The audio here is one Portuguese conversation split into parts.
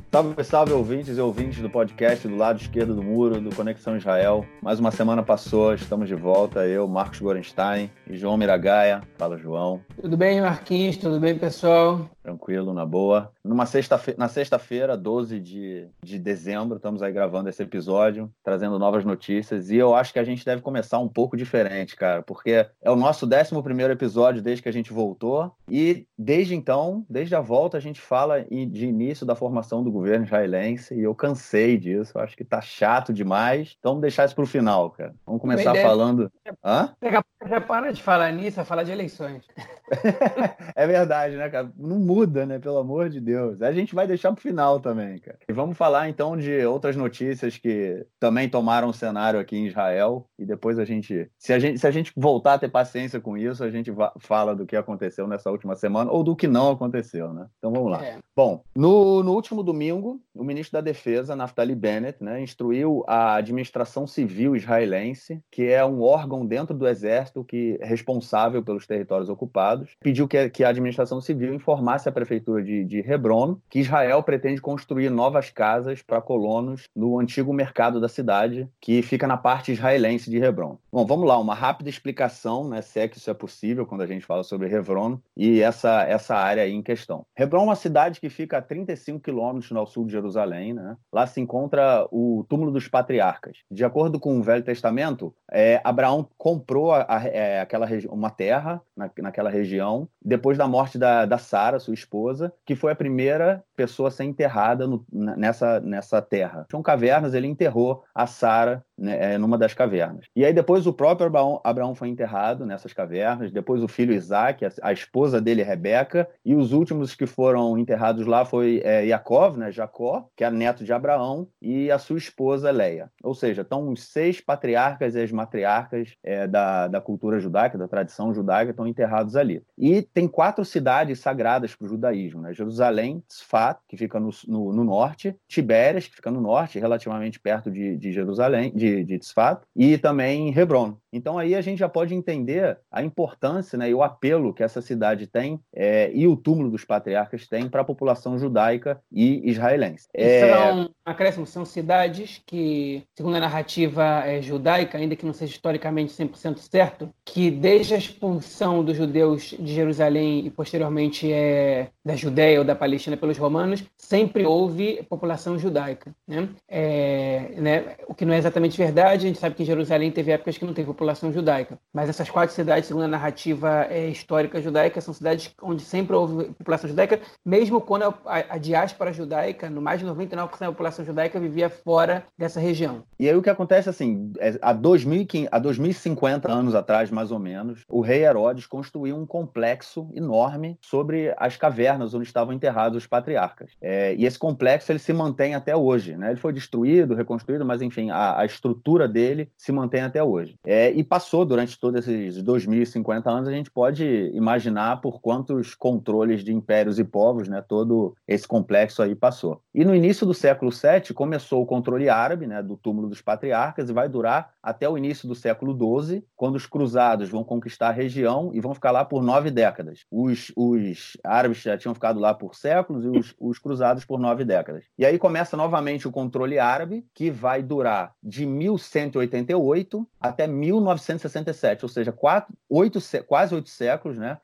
Salve, salve, ouvintes e ouvintes do podcast do lado esquerdo do muro, do Conexão Israel. Mais uma semana passou, estamos de volta. Eu, Marcos Gorenstein e João Miragaia. Fala, João. Tudo bem, Marquinhos? Tudo bem, pessoal? Tranquilo, na boa. Na sexta-feira, 12 de dezembro, estamos aí gravando esse episódio, trazendo novas notícias. E eu acho que a gente deve começar um pouco diferente, cara, porque é o nosso 11º episódio desde que a gente voltou. E desde então, desde a volta, a gente fala de início da formação do governo israelense. E eu cansei disso, eu acho que tá chato demais. Então vamos deixar isso pro final, cara. Vamos Uma começar ideia. falando. Hã? Daqui a pouco já para de falar nisso, vai falar de eleições. É verdade, né, cara? Não muda, né? Pelo amor de Deus. A gente vai deixar pro final também, cara. E vamos falar então de outras notícias que também tomaram o cenário aqui em Israel. E depois se a gente voltar a ter paciência com isso, a gente fala do que aconteceu nessa última semana ou do que não aconteceu, né? Então vamos lá. É. Bom, no último domingo, o ministro da Defesa, Naftali Bennett, né, instruiu a administração civil israelense, que é um órgão dentro do exército que é responsável pelos territórios ocupados, pediu que a administração civil informasse a prefeitura de Hebron que Israel pretende construir novas casas para colonos no antigo mercado da cidade, que fica na parte israelense de Hebron. Bom, vamos lá, uma rápida explicação, né, se é que isso é possível quando a gente fala sobre Hebron e essa área aí em questão. Hebron é uma cidade que fica a 35 quilômetros ao sul de Jerusalém, né? Lá se encontra o túmulo dos patriarcas. De acordo com o Velho Testamento, Abraão comprou uma terra naquela região, depois da morte da Sara, sua esposa, que foi a primeira pessoa a ser enterrada nessa terra. Tinham cavernas, ele enterrou a Sara, né, numa das cavernas. E aí depois o próprio Abraão foi enterrado nessas cavernas, depois o filho Isaac, a esposa dele, Rebeca, e os últimos que foram enterrados lá foi Yaakov, né, Jacó, que é neto de Abraão, e a sua esposa Leia. Ou seja, estão os 6 patriarcas e as matriarcas da cultura judaica, da tradição judaica, estão enterrados ali. E tem 4 cidades sagradas para o judaísmo, né? Jerusalém, Tzfat, que fica no norte, Tibérias, que fica no norte, relativamente perto de Jerusalém, de Tzfat, e também Hebron. Então aí a gente já pode entender a importância, né, e o apelo que essa cidade tem e o túmulo dos patriarcas tem para a população judaica e israelense. E são, acréscimo, são cidades que, segundo a narrativa judaica, ainda que não seja historicamente 100% certo, que desde a expulsão dos judeus de Jerusalém e posteriormente da Judéia ou da Palestina pelos romanos, sempre houve população judaica, né? O que não é exatamente verdade, a gente sabe que em Jerusalém teve épocas que não teve população judaica, mas essas 4 cidades, segundo a narrativa histórica judaica, são cidades onde sempre houve população judaica, mesmo quando a diáspora judaica, no mais de 99% da população judaica vivia fora dessa região. E aí o que acontece assim, há 2050 anos atrás, mais ou menos, o rei Herodes construiu um complexo enorme sobre as cavernas onde estavam enterrados os patriarcas. E esse complexo ele se mantém até hoje, né? Ele foi destruído, reconstruído, mas enfim, a estrutura dele se mantém até hoje. E passou durante todos esses 2050 anos, a gente pode imaginar por quantos controles de impérios e povos, né, todo esse complexo aí passou. E no início do século VII começou o controle árabe, né, do túmulo dos patriarcas, e vai durar até o início do século XII, quando os cruzados vão conquistar a região e vão ficar lá por 9 décadas. Os árabes já tinham ficado lá por séculos e os cruzados por 9 décadas. E aí começa novamente o controle árabe, que vai durar de 1188 até 1967, ou seja, quase 8 séculos, né,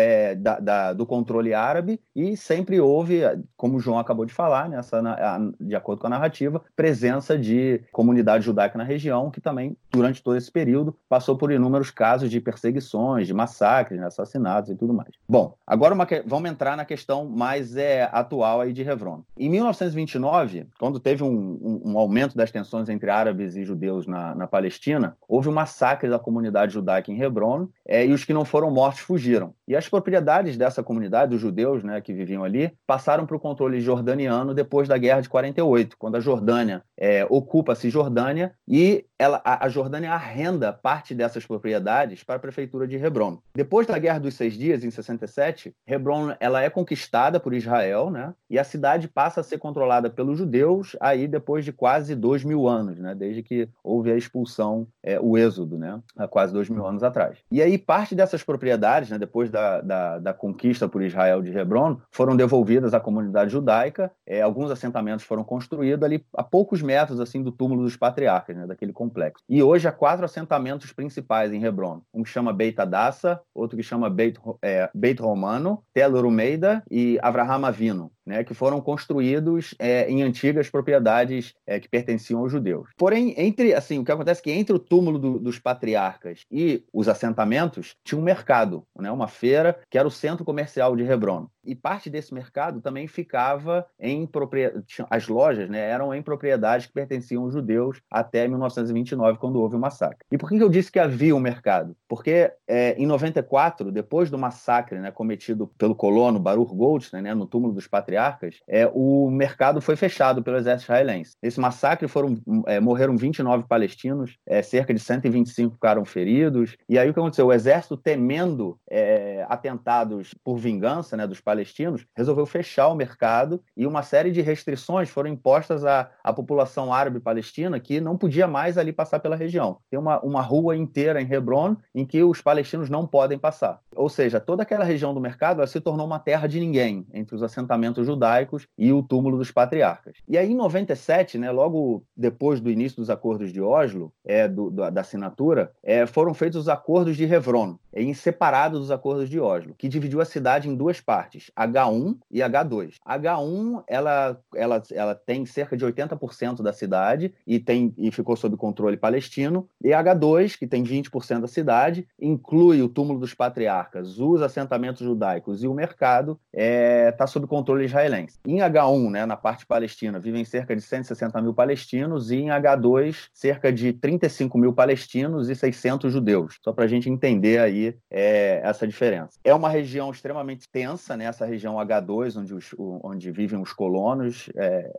do controle árabe, e sempre houve, como o João acabou de falar, né, de acordo com a narrativa, presença de comunidade judaica na região, que também, durante todo esse período, passou por inúmeros casos de perseguições, de massacres, né, assassinatos e tudo mais. Bom, agora vamos entrar na questão mais atual aí de Hebron. Em 1929, quando teve um aumento das tensões entre árabes e judeus na Palestina, houve um massacre da comunidade judaica em Hebron, e os que não foram mortos fugiram. E as propriedades dessa comunidade, dos judeus, né, que viviam ali, passaram para o controle jordaniano depois da Guerra de 48, quando a Jordânia ocupa a Cisjordânia e a Jordânia arrenda parte dessas propriedades para a prefeitura de Hebron. Depois da Guerra dos 6 Dias, em 67, Hebron ela é conquistada por Israel, né, e a cidade passa a ser controlada pelos judeus aí depois de quase 2000 anos, né, desde que houve a expulsão o êxodo, né, há quase 2.000 anos atrás. E aí parte dessas propriedades, né, depois da conquista por Israel de Hebron, foram devolvidas à comunidade judaica. Alguns assentamentos foram construídos ali a poucos metros assim do túmulo dos patriarcas, né, daquele complexo. E hoje há 4 assentamentos principais em Hebron. Um que chama Beit Hadassah, outro que chama Beit Romano, Tel Urumeida e Avraham Avinu, né, que foram construídos em antigas propriedades que pertenciam aos judeus. Porém, o que acontece é que entre o túmulo dos patriarcas e os assentamentos tinha um mercado, né, uma feira, que era o centro comercial de Hebron. E parte desse mercado também ficava em propriedade. As lojas, né, eram em propriedades que pertenciam aos judeus até 1929, quando houve o massacre. E por que eu disse que havia um mercado? Porque em 94, depois do massacre, né, cometido pelo colono Baruch Goldstein, né, no túmulo dos patriarcas, o mercado foi fechado pelo exército israelense. Nesse massacre morreram 29 palestinos, cerca de 125 ficaram feridos. E aí o que aconteceu? O exército, temendo atentados por vingança, né, dos palestinos, resolveu fechar o mercado e uma série de restrições foram impostas à população árabe palestina, que não podia mais ali passar pela região. Tem uma rua inteira em Hebron em que os palestinos não podem passar. Ou seja, toda aquela região do mercado se tornou uma terra de ninguém entre os assentamentos judaicos e o túmulo dos patriarcas. E aí, em 97, né, logo depois do início dos acordos de Oslo, da assinatura, foram feitos os acordos de Hebron, em separado dos acordos de Oslo, que dividiu a cidade em 2 partes, H1 e H2. H1, ela tem cerca de 80% da cidade e ficou sob controle palestino, e H2, que tem 20% da cidade, inclui o túmulo dos patriarcas, os assentamentos judaicos e o mercado, está sob controle israelense. Em H1, né, na parte palestina, vivem cerca de 160 mil palestinos, e em H2, cerca de 35 mil palestinos e 600 judeus, só para a gente entender aí essa diferença. É uma região extremamente tensa, né, essa região H2, onde vivem os colonos,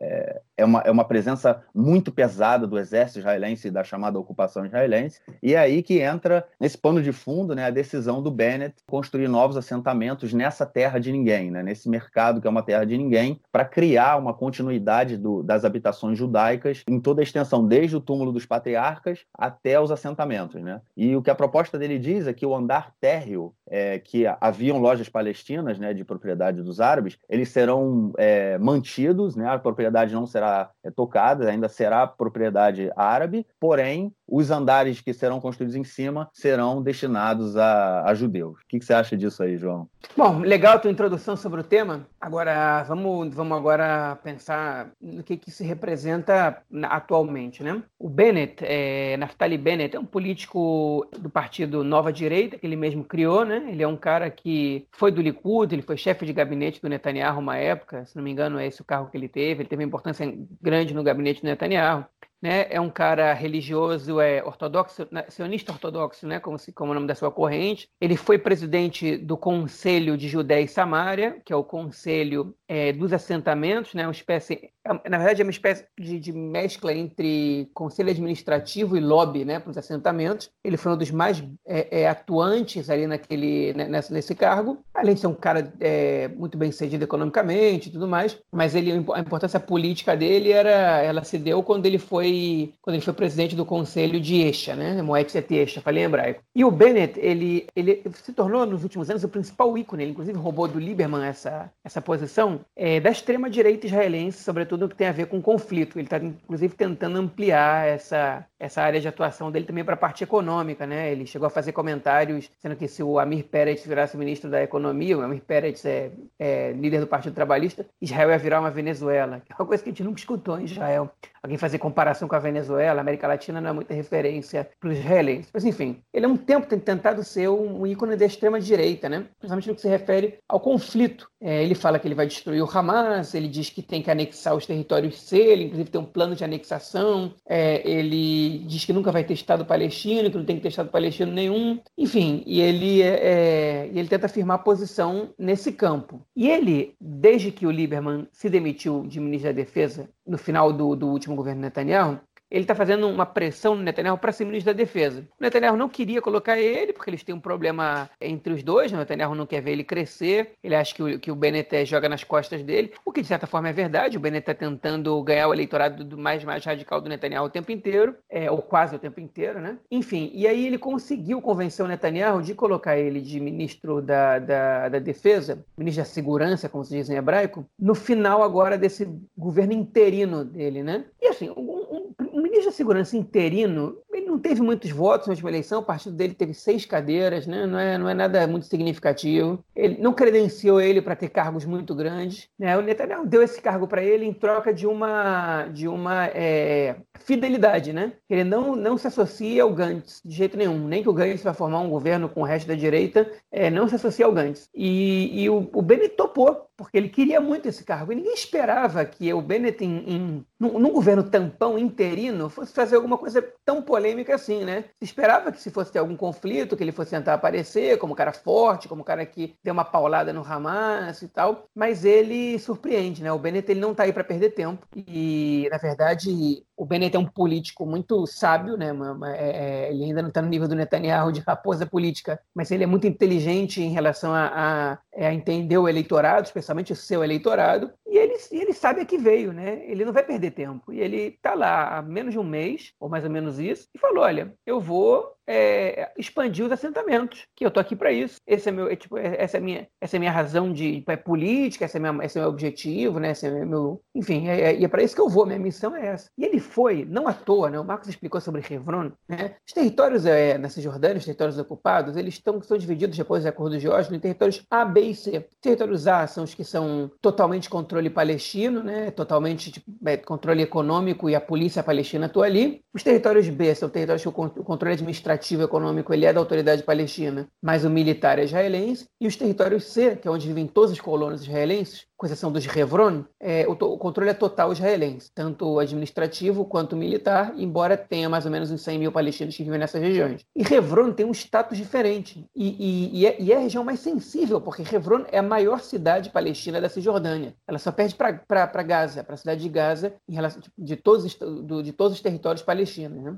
é uma presença muito pesada do exército israelense e da chamada ocupação israelense, e é aí que entra, nesse pano de fundo, né, a decisão do Bennett construir novos assentamentos nessa terra de ninguém, né, nesse mercado que é uma terra de ninguém, para criar uma continuidade das habitações judaicas em toda a extensão, desde o túmulo dos patriarcas até os assentamentos, né? E o que a proposta dele diz é que o andar térreo, que haviam lojas palestinas, né, de propriedade dos árabes, eles serão mantidos, né, a propriedade não será tocada, ainda será propriedade árabe, porém os andares que serão construídos em cima serão destinados a judeus. O que você acha disso aí, João? Bom, legal a tua introdução sobre o tema. Agora, vamos agora pensar no que isso representa atualmente, né? O Bennett, Naftali Bennett, é um político do partido Nova Direita, que ele mesmo criou, né? Ele é um cara que foi do Likud, ele foi chefe de gabinete do Netanyahu uma época, se não me engano é esse o cargo que ele teve uma importância grande no gabinete do Netanyahu. Né, é um cara religioso, ortodoxo, sionista ortodoxo, né, como o nome da sua corrente. Ele foi presidente do Conselho de Judéia e Samária, que é o conselho dos assentamentos, né, na verdade é uma espécie de mescla entre conselho administrativo e lobby, né, para os assentamentos. Ele foi um dos mais atuantes ali nesse cargo, além de ser um cara muito bem sucedido economicamente e tudo mais, mas a importância política dele ela se deu quando ele foi presidente do conselho de Esha, né? Moetzet Esha, falei em hebraico. E o Bennett, ele se tornou nos últimos anos o principal ícone, ele inclusive roubou do Lieberman essa posição, da extrema-direita israelense, sobretudo no que tem a ver com conflito. Ele está, inclusive, tentando ampliar essa área de atuação dele também para a parte econômica, né? Ele chegou a fazer comentários, sendo que se o Amir Peretz virasse ministro da Economia, o Amir Peretz é líder do Partido Trabalhista, Israel ia virar uma Venezuela, que é uma coisa que a gente nunca escutou em Israel. Alguém fazer comparação com a Venezuela, a América Latina não é muita referência para os israelenses. Mas, enfim, ele há um tempo tem tentado ser um ícone da extrema-direita, né? Principalmente no que se refere ao conflito. Ele fala que ele vai destruir o Hamas, ele diz que tem que anexar os territórios C, ele inclusive tem um plano de anexação, ele diz que nunca vai ter Estado palestino, que não tem que ter Estado palestino nenhum. Enfim, e ele tenta afirmar posição nesse campo. E ele, desde que o Lieberman se demitiu de ministro da Defesa, no final do último governo Netanyahu, ele está fazendo uma pressão no Netanyahu para ser ministro da Defesa. O Netanyahu não queria colocar ele, porque eles têm um problema entre os dois, né? O Netanyahu não quer ver ele crescer, ele acha que o Bennett joga nas costas dele, o que de certa forma é verdade. O Bennett está tentando ganhar o eleitorado do mais radical do Netanyahu o tempo inteiro, ou quase o tempo inteiro, né? Enfim, e aí ele conseguiu convencer o Netanyahu de colocar ele de ministro da Defesa, ministro da Segurança, como se diz em hebraico, no final agora desse governo interino dele, né? E assim, um ministro da Segurança interino, ele não teve muitos votos na última eleição, o partido dele teve 6 cadeiras, né? Não é nada muito significativo. Ele não credenciou ele para ter cargos muito grandes, né? O Netanyahu deu esse cargo para ele em troca de uma fidelidade, né? Ele não se associa ao Gantz de jeito nenhum, nem que o Gantz vai formar um governo com o resto da direita, não se associa ao Gantz. E o Bennett topou, porque ele queria muito esse cargo. E ninguém esperava que o Bennett, num governo tampão interino, fosse fazer alguma coisa tão polêmica assim, né? Se esperava que se fosse ter algum conflito, que ele fosse tentar aparecer como um cara forte, como um cara que deu uma paulada no Hamas e tal, mas ele surpreende, né? O Bennett ele não está aí para perder tempo. E, na verdade, o Bennett é um político muito sábio, né? Ele ainda não está no nível do Netanyahu de raposa política, mas ele é muito inteligente em relação a entender o eleitorado, especialmente o seu eleitorado, e ele sabe a que veio, né? Ele não vai perder tempo. E ele está lá há menos de um mês, ou mais ou menos isso, e falou, olha, eu vou expandir os assentamentos, que eu estou aqui para isso. Essa é a minha razão de política, esse é meu objetivo, né? Esse é meu, enfim, é para isso que eu vou, minha missão é essa. E ele foi, não à toa, né? O Marcos explicou sobre Hebron, né? Os territórios na Cisjordânia, os territórios ocupados, eles são divididos depois do Acordo de Oslo em territórios A, B e C. Territórios A são os que são totalmente controle palestino, né? Totalmente controle econômico e a polícia palestina atua ali. Os territórios B são territórios que o controle administrativo econômico ele é da autoridade palestina, mas o militar é israelense. E os territórios C, que é onde vivem todos os colonos israelenses, com exceção dos Hebron, o controle é total israelense, tanto administrativo quanto militar, embora tenha mais ou menos uns 100 mil palestinos que vivem nessas regiões. E Hebron tem um status diferente, e é a região mais sensível, porque Hebron é a maior cidade palestina da Cisjordânia. Ela só perde para Gaza, para a cidade de Gaza, em relação de todos os territórios palestinos, né?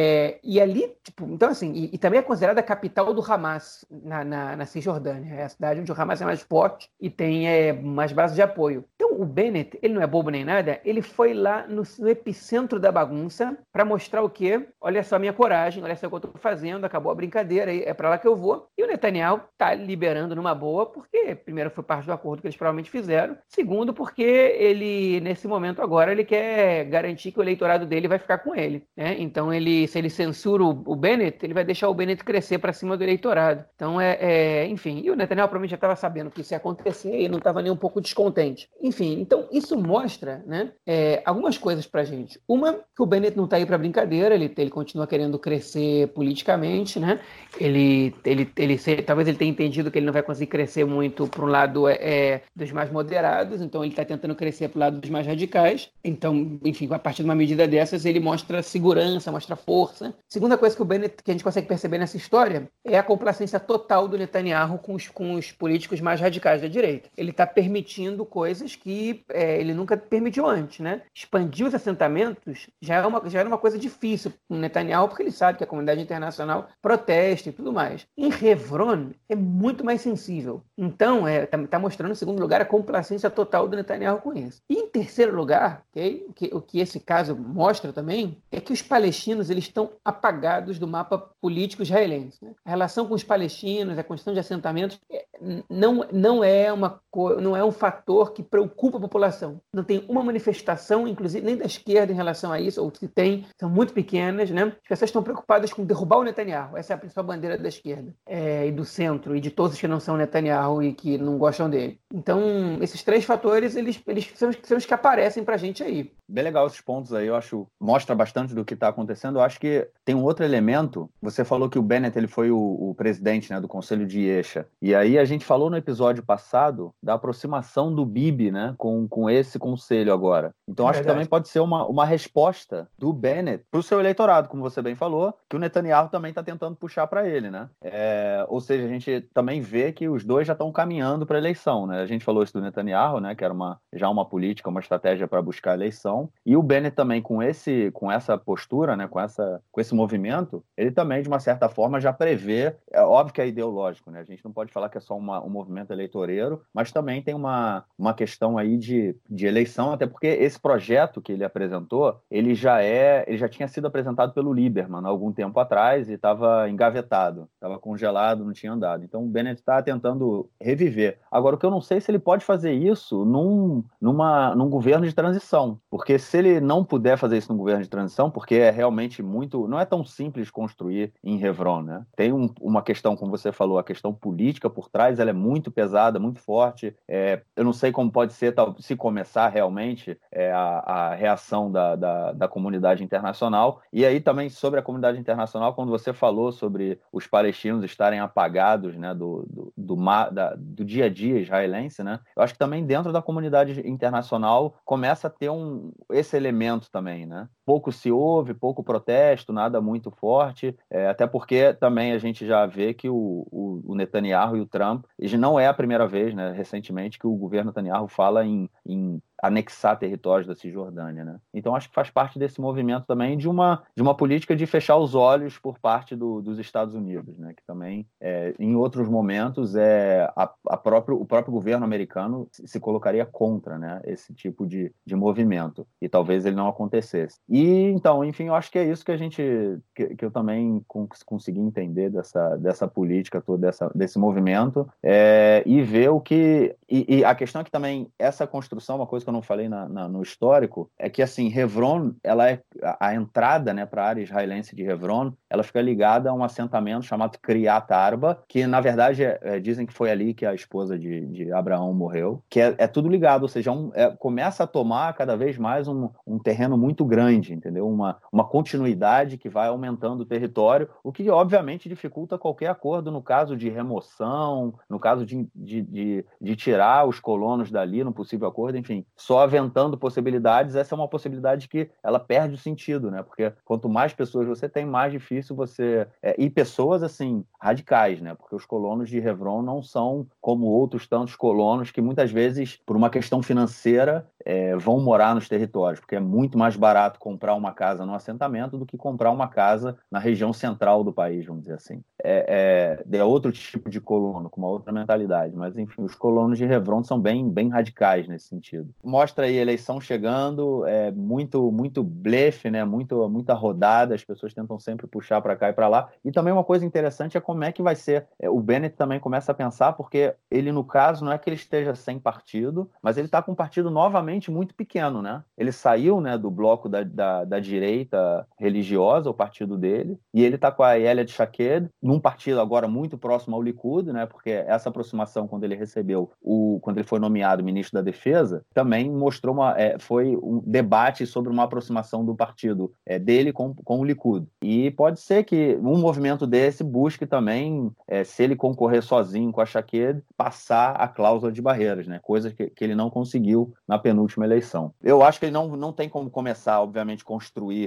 E ali, então assim, e também é considerada a capital do Hamas na Cisjordânia. É a cidade onde o Hamas é mais forte e tem mais bases de apoio. Então o Bennett, ele não é bobo nem nada, ele foi lá no epicentro da bagunça para mostrar o quê? Olha só a minha coragem, olha só o que eu estou fazendo, acabou a brincadeira, é para lá que eu vou. E o Netanyahu está liberando numa boa, porque primeiro foi parte do acordo que eles provavelmente fizeram, segundo porque ele, nesse momento agora, ele quer garantir que o eleitorado dele vai ficar com ele, né? Então se ele censura o Bennett, ele vai deixar o Bennett crescer para cima do eleitorado. Então, enfim, e o Netanyahu provavelmente já estava sabendo que isso ia acontecer e não estava nem um pouco descontente. Enfim, então isso mostra, né, algumas coisas pra gente. Uma, que o Bennett não está aí para brincadeira, ele continua querendo crescer politicamente, né? Talvez ele tenha entendido que ele não vai conseguir crescer muito para um lado dos mais moderados, então ele está tentando crescer para o lado dos mais radicais. Então, enfim, a partir de uma medida dessas, ele mostra segurança, mostra força. Segunda coisa que a gente consegue perceber nessa história é a complacência total do Netanyahu com os políticos mais radicais da direita. Ele está permitindo coisas que ele nunca permitiu antes, né? Expandir os assentamentos já era uma coisa difícil com o Netanyahu, porque ele sabe que a comunidade internacional protesta e tudo mais. Em Hebron é muito mais sensível. Então, está mostrando, em segundo lugar, a complacência total do Netanyahu com isso. E em terceiro lugar, o que esse caso mostra também é que os palestinos eles estão apagados do mapa político israelense, né? A relação com os palestinos, a questão de assentamentos não é um fator que preocupa a população. Não tem uma manifestação, inclusive nem da esquerda, em relação a isso, ou se tem, são muito pequenas, né? As pessoas estão preocupadas com derrubar o Netanyahu. Essa é a principal bandeira da esquerda e do centro, e de todos que não são Netanyahu e que não gostam dele. Então, esses 3 fatores, eles são os que aparecem pra gente aí. Bem legal esses pontos aí, eu acho, mostra bastante do que está acontecendo. Eu acho que tem um outro elemento, você falou que o Bennett ele foi o presidente, né, do Conselho de Yesha, e aí a gente falou no episódio passado da aproximação do Bibi, né, com esse conselho agora. Então, acho que também pode ser uma resposta do Bennett para o seu eleitorado, como você bem falou, que o Netanyahu também está tentando puxar para ele, né? Ou seja, a gente também vê que os dois já estão caminhando para a eleição, né? A gente falou isso do Netanyahu, né, que era já uma política, uma estratégia para buscar a eleição, e o Bennett também com essa postura, né, com esse movimento, ele também, de uma certa forma, já prevê, é óbvio que é ideológico, né? A gente não pode falar que é só um movimento eleitoreiro, mas também tem uma questão aí de eleição, até porque esse projeto que ele apresentou, ele já tinha sido apresentado pelo Lieberman há algum tempo atrás e estava engavetado, estava congelado, não tinha andado. Então o Bennett está tentando reviver. Agora, o que eu não sei é se ele pode fazer isso num governo de transição, porque se ele não puder fazer isso num governo de transição, porque é realmente não é tão simples construir em Hebron, né? Tem uma questão, como você falou, a questão política por trás, ela é muito pesada, muito forte. Eu não sei como pode ser, se começar realmente a reação da comunidade internacional. E aí também sobre a comunidade internacional, quando você falou sobre os palestinos estarem apagados, né, do dia a dia israelense, né? Eu acho que também dentro da comunidade internacional começa a ter esse elemento também, né? Pouco se ouve, pouco protesto, nada muito forte, até porque também a gente já vê que o Netanyahu e o Trump, não é a primeira vez, né, recentemente, que o governo Netanyahu fala em anexar territórios da Cisjordânia, né? Então acho que faz parte desse movimento também de uma política de fechar os olhos por parte dos Estados Unidos, né? Que também em outros momentos o próprio governo americano se colocaria contra, né, esse tipo de movimento, e talvez ele não acontecesse. E então, enfim, eu acho que é isso que eu também consegui entender dessa política toda, desse movimento, e ver o que... E a questão é que também essa construção, uma coisa que eu não falei no histórico, é que, assim, Hebron, ela a entrada, né, para a área israelense de Hebron, ela fica ligada a um assentamento chamado Kiryat Arba, que, na verdade, dizem que foi ali que a esposa de Abraão morreu, que é tudo ligado, ou seja, começa a tomar cada vez mais um terreno muito grande, entendeu? Uma continuidade que vai aumentando o território, o que, obviamente, dificulta qualquer acordo no caso de remoção, no caso de tirar os colonos dali, no possível acordo, enfim, só aventando possibilidades, essa é uma possibilidade que ela perde o sentido, né? Porque quanto mais pessoas você tem, mais difícil você... e pessoas, assim, radicais, né? Porque os colonos de Hebron não são como outros tantos colonos que muitas vezes, por uma questão financeira, vão morar nos territórios, porque é muito mais barato comprar uma casa no assentamento do que comprar uma casa na região central do país, vamos dizer assim. É outro tipo de colono, com uma outra mentalidade, mas enfim, os colonos de Hebron são bem, bem radicais nesse sentido. Mostra aí a eleição chegando, muito blefe, né? Muita rodada, as pessoas tentam sempre puxar para cá e para lá. E também uma coisa interessante é como é que vai ser. O Bennett também começa a pensar, porque ele, no caso, não é que ele esteja sem partido, mas ele está com um partido novamente muito pequeno, né? Ele saiu, né, do bloco da direita religiosa, o partido dele, e ele está com a Ayelet Shaked, num partido agora muito próximo ao Likud, né? Porque essa aproximação, quando ele quando ele foi nomeado ministro da Defesa, também mostrou foi um debate sobre uma aproximação do partido dele com o Likud. E pode ser que um movimento desse busque também, se ele concorrer sozinho com a Shaked, passar a cláusula de barreiras, né? Coisa que ele não conseguiu na penúltima eleição. Eu acho que ele não tem como começar, obviamente, construir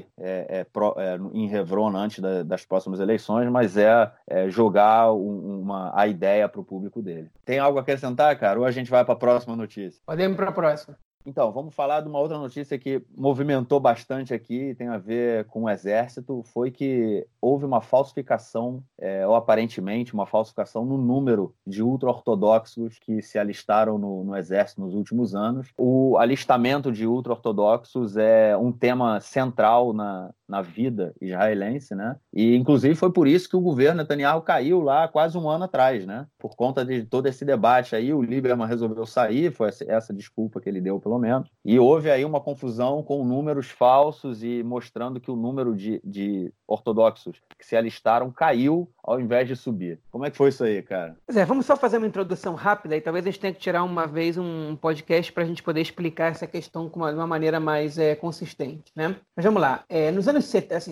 em Hebron antes das próximas eleições, mas jogar a ideia para o público dele. Tem algo a acrescentar, cara? Ou a gente vai para a próxima notícia? Podemos para a próxima. Então, vamos falar de uma outra notícia que movimentou bastante aqui, tem a ver com o Exército, foi que houve uma falsificação, ou aparentemente uma falsificação no número de ultra-ortodoxos que se alistaram no Exército nos últimos anos. O alistamento de ultra-ortodoxos é um tema central na vida israelense, né? E, inclusive, foi por isso que o governo Netanyahu caiu lá quase um ano atrás, né? Por conta de todo esse debate aí, o Lieberman resolveu sair, foi essa desculpa que ele deu, pelo menos, e houve aí uma confusão com números falsos e mostrando que o número de ortodoxos que se alistaram caiu ao invés de subir. Como é que foi isso aí, cara? Pois é, vamos só fazer uma introdução rápida e talvez a gente tenha que tirar uma vez um podcast para a gente poder explicar essa questão de uma maneira mais consistente, né? Mas vamos lá. Nos anos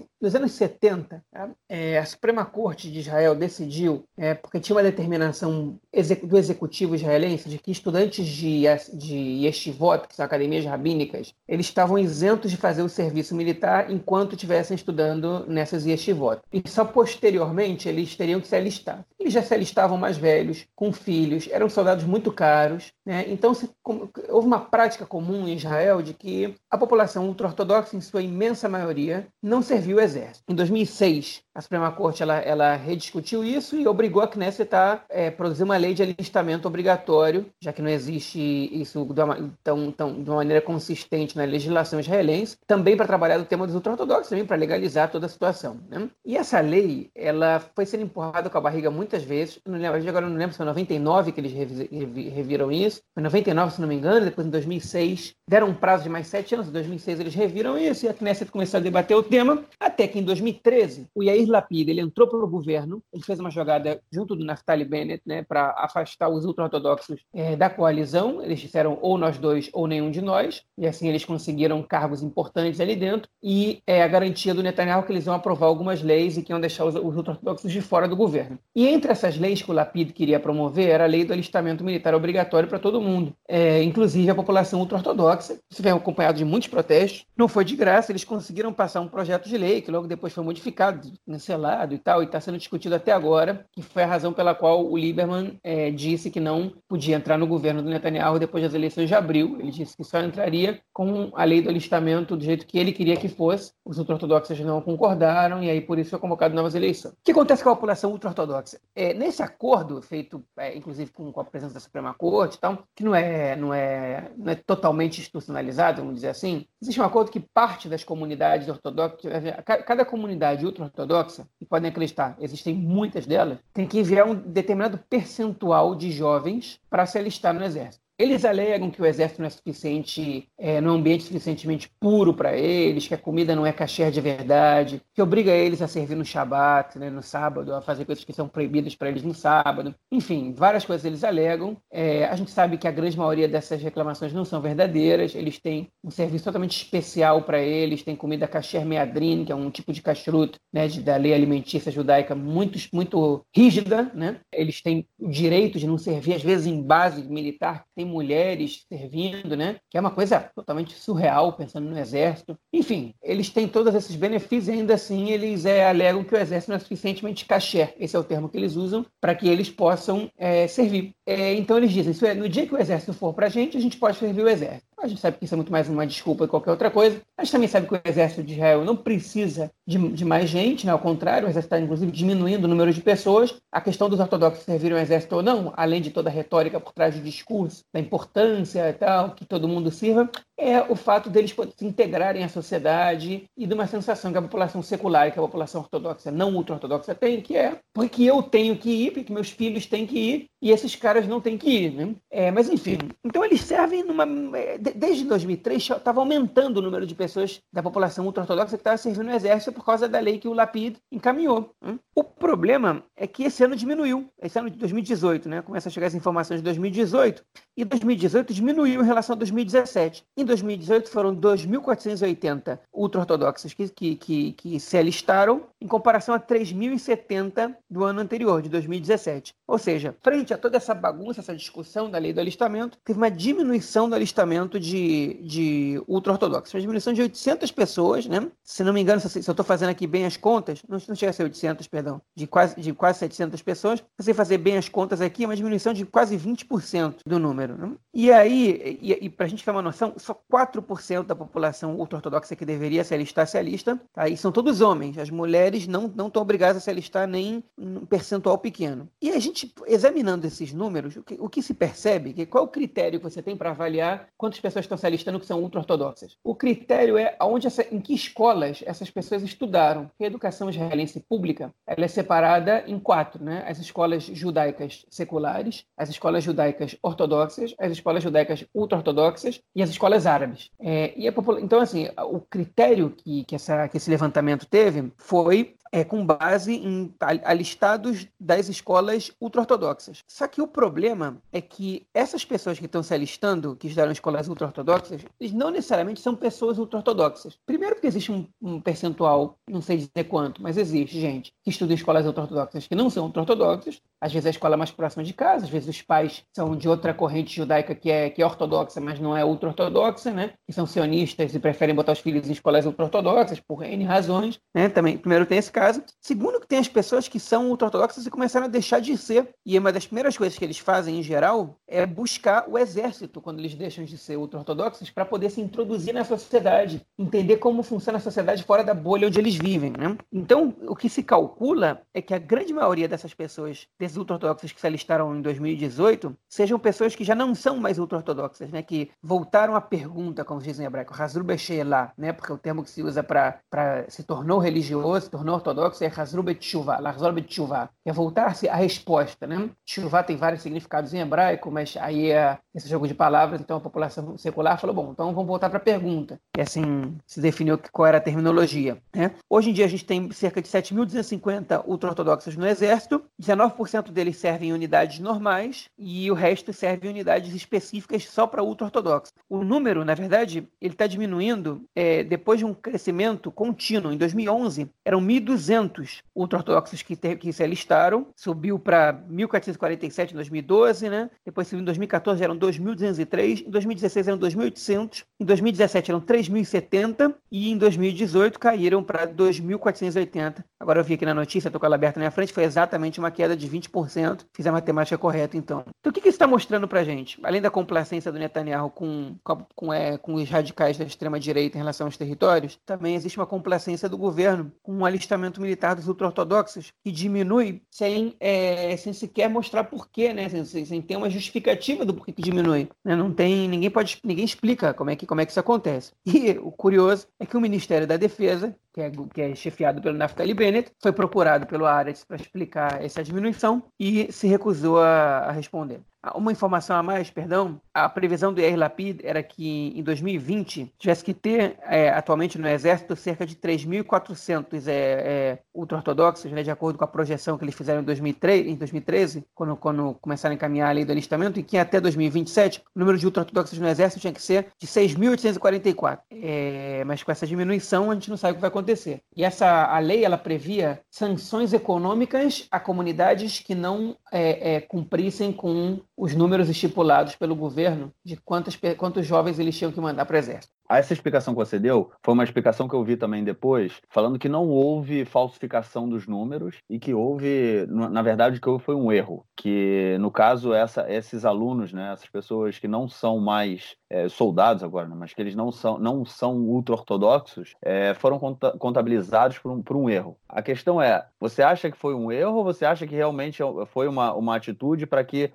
70, a Suprema Corte de Israel decidiu, porque tinha uma determinação do executivo israelense de que estudantes de yeshivot, que são academias rabínicas, eles estavam isentos de fazer o serviço militar enquanto estivessem estudando nessas yeshivot. E só posteriormente eles teriam que se alistar. Eles já se alistavam mais velhos, com filhos, eram soldados muito caros, né? Então houve uma prática comum em Israel de que a população ultra-ortodoxa, em sua imensa maioria, não serviu o exército. Em 2006, a Suprema Corte ela rediscutiu isso e obrigou a Knesset a produzir uma lei de alistamento obrigatório, já que não existe isso de uma maneira consistente na legislação israelense, também para trabalhar do tema dos ultra-ortodoxos, também para legalizar toda a situação, né? E essa lei, ela foi sendo empurrada com a barriga muitas vezes. Agora eu não lembro se foi em 99 que eles reviram isso. Foi em 99, se não me engano, depois em 2006. Deram um prazo de mais 7 anos. Em 2006 eles reviram isso e a Knesset começou a debater o tema, até que em 2013 o Yair Lapid ele entrou para o governo, ele fez uma jogada junto do Naftali Bennett, né, para afastar os ultra-ortodoxos da coalizão. Eles disseram ou nós dois ou nenhum de nós, e assim eles conseguiram cargos importantes ali dentro e a garantia do Netanyahu que eles iam aprovar algumas leis e que iam deixar os ultra-ortodoxos de fora do governo. E entre essas leis que o Lapid queria promover era a lei do alistamento militar obrigatório para todo mundo, inclusive a população ultra-ortodoxa. Isso vem acompanhado de muitos protestos. Não foi de graça, eles conseguiram passar um projeto de lei que logo depois foi modificado, cancelado e tal, e está sendo discutido até agora, que foi a razão pela qual o Lieberman disse que não podia entrar no governo do Netanyahu depois das eleições de abril. Ele disse que só entraria com a lei do alistamento do jeito que ele queria que fosse. Os ultra-ortodoxos não concordaram e aí por isso foi convocado novas eleições. O que acontece com a população ultra-ortodoxa? Nesse acordo, feito inclusive com a presença da Suprema Corte e tal, que não é totalmente institucionalizado, vamos dizer assim, existe um acordo que parte das comunidades ortodoxas, cada comunidade ultra-ortodoxa, e podem acreditar, existem muitas delas, tem que enviar um determinado percentual de jovens para se alistar no exército. Eles alegam que o exército não é suficiente, não é um ambiente suficientemente puro para eles, que a comida não é kasher de verdade, que obriga eles a servir no Shabat, né, no sábado, a fazer coisas que são proibidas para eles no sábado. Enfim, várias coisas eles alegam. A gente sabe que a grande maioria dessas reclamações não são verdadeiras. Eles têm um serviço totalmente especial para eles, tem comida kasher meadrin, que é um tipo de kashrut, né, da lei alimentícia judaica muito, muito rígida, né? Eles têm o direito de não servir, às vezes, em base militar, tem mulheres servindo, né? Que é uma coisa totalmente surreal, pensando no exército. Enfim, eles têm todos esses benefícios e ainda assim eles alegam que o exército não é suficientemente kasher. Esse é o termo que eles usam para que eles possam servir. Então eles dizem, no dia que o exército for para a gente pode servir o exército. A gente sabe que isso é muito mais uma desculpa que qualquer outra coisa. A gente também sabe que o exército de Israel não precisa de mais gente, né? Ao contrário, o exército está, inclusive, diminuindo o número de pessoas. A questão dos ortodoxos servirem o exército ou não, além de toda a retórica por trás do discurso, da importância e tal, que todo mundo sirva, é o fato deles se integrarem à sociedade e de uma sensação que a população secular e que a população ortodoxa, não ultra-ortodoxa, tem, que é porque eu tenho que ir, porque meus filhos têm que ir, e esses caras não têm que ir, né? Mas, enfim, então eles servem desde 2003 estava aumentando o número de pessoas da população ultra-ortodoxa que estava servindo no exército por causa da lei que o Lapid encaminhou. O problema é que esse ano diminuiu, esse ano de 2018, né? Começa a chegar as informações de 2018, e 2018 diminuiu em relação a 2017. Em 2018 foram 2.480 ultra-ortodoxos que se alistaram, em comparação a 3.070 do ano anterior, de 2017. Ou seja, frente a toda essa bagunça, essa discussão da lei do alistamento, teve uma diminuição do alistamento de ultra-ortodoxos. Uma diminuição de 800 pessoas, né? Se não me engano, se eu estou fazendo aqui bem as contas, não chega a ser 800, perdão, de quase 700 pessoas. Se você fazer bem as contas aqui, é uma diminuição de quase 20% do número, né? E aí, para a gente ter uma noção, só 4% da população ultra-ortodoxa que deveria se alistar, se alista, tá? E são todos homens. As mulheres não estão obrigadas a se alistar nem um percentual pequeno. E a gente, examinando esses números, o que se percebe, qual é o critério que você tem para avaliar quantas pessoas estão se alistando que são ultra-ortodoxas? O critério é em que escolas essas pessoas estudaram. A educação israelense pública ela é separada em 4, né? As escolas judaicas seculares, as escolas judaicas ortodoxas, as escolas judaicas ultra-ortodoxas e as escolas árabes. Então, assim, o critério que esse levantamento teve foi com base em alistados das escolas ultra-ortodoxas. Só que o problema é que essas pessoas que estão se alistando, que estudaram em escolas ultra-ortodoxas, eles não necessariamente são pessoas ultra-ortodoxas. Primeiro porque existe um percentual, não sei dizer quanto, mas existe gente que estuda em escolas ultra-ortodoxas que não são ultra-ortodoxas. Às vezes a escola é mais próxima de casa, às vezes os pais são de outra corrente judaica que é ortodoxa, mas não é ultra-ortodoxa, né? Que são sionistas e preferem botar os filhos em escolas ultra-ortodoxas por N razões, né? Também, primeiro tem esse caso. Segundo que tem as pessoas que são ultra-ortodoxas e começaram a deixar de ser. E uma das primeiras coisas que eles fazem, em geral, é buscar o exército, quando eles deixam de ser ultra-ortodoxos, para poder se introduzir na sociedade, entender como funciona a sociedade fora da bolha onde eles vivem, né? Então, o que se calcula é que a grande maioria dessas pessoas, desses ultra-ortodoxos que se alistaram em 2018, sejam pessoas que já não são mais ultra-ortodoxas, né? Que voltaram à pergunta, como se diz em hebraico, Hazru B'She'elah, né? Porque o termo que se usa para se tornou religioso, se tornou ortodoxo, é Hazru B'Teshuvah, Lahzor B'Teshuvah, que é voltar-se à resposta, né? Teshuvah tem vários significados em hebraico, mas aí esse jogo de palavras, então a população secular falou, bom, então vamos voltar para a pergunta. E assim se definiu qual era a terminologia, né? Hoje em dia a gente tem cerca de 7.250 ultra-ortodoxos no exército, 19% deles servem em unidades normais e o resto serve em unidades específicas só para ultra-ortodoxos. O número, na verdade, ele está diminuindo depois de um crescimento contínuo. Em 2011, eram 1.200 ultra-ortodoxos que se alistaram, subiu para 1.447 em 2012, né? Depois subiu em 2014, eram 2.203, em 2016 eram 2.800, em 2017 eram 3.070 e em 2018 caíram para 2.480. Agora eu vi aqui na notícia, estou com ela aberta na minha frente, foi exatamente uma queda de 20%. Fiz a matemática correta, então. Então o que isso está mostrando para a gente? Além da complacência do Netanyahu com os radicais da extrema-direita em relação aos territórios, também existe uma complacência do governo com um alistamento militar dos ultra-ortodoxos que diminui sem sequer mostrar porquê, né? Sem ter uma justificativa do porquê que diminui. Né? Ninguém explica como é que isso acontece. E o curioso é que o Ministério da Defesa, que é chefiado pelo Naftali Bennett, foi procurado pelo Haaretz para explicar essa diminuição e se recusou a responder. Uma informação a mais, a previsão do Yair Lapid era que em 2020 tivesse que ter atualmente no Exército cerca de 3.400 ultra-ortodoxos, né, de acordo com a projeção que eles fizeram em 2013, quando começaram a encaminhar a lei do alistamento, e que até 2027 o número de ultra-ortodoxos no Exército tinha que ser de 6.844. Mas com essa diminuição a gente não sabe o que vai acontecer. E a lei ela previa sanções econômicas a comunidades que não cumprissem com os números estipulados pelo governo de quantos jovens eles tinham que mandar para o exército. Essa explicação que você deu foi uma explicação que eu vi também depois, falando que não houve falsificação dos números e que houve, na verdade, o que houve foi um erro. Que, no caso, esses alunos, né, essas pessoas que não são mais soldados agora, né, mas que eles não são ultra-ortodoxos, foram contabilizados por um erro. A questão é, você acha que foi um erro ou você acha que realmente foi uma atitude para que,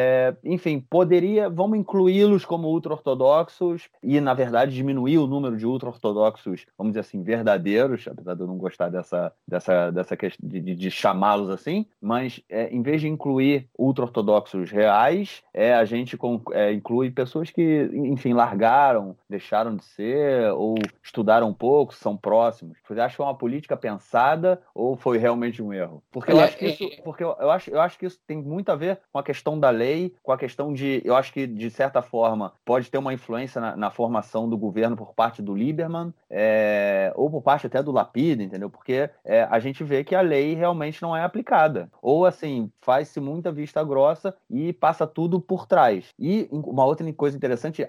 enfim, vamos incluí-los como ultra-ortodoxos e, na verdade, diminuir o número de ultra-ortodoxos, vamos dizer assim, verdadeiros, apesar de eu não gostar dessa questão de chamá-los assim, mas em vez de incluir ultra-ortodoxos reais, a gente inclui pessoas que, enfim, largaram, deixaram de ser, ou estudaram um pouco, são próximos. Você acha que foi uma política pensada ou foi realmente um erro? Porque eu acho que isso tem muito a ver com a questão da lei, com a questão eu acho que, de certa forma, pode ter uma influência na formação do governo por parte do Lieberman, ou por parte até do Lapid, entendeu? Porque a gente vê que a lei realmente não é aplicada. Ou, assim, faz-se muita vista grossa e passa tudo por trás. E uma outra coisa interessante,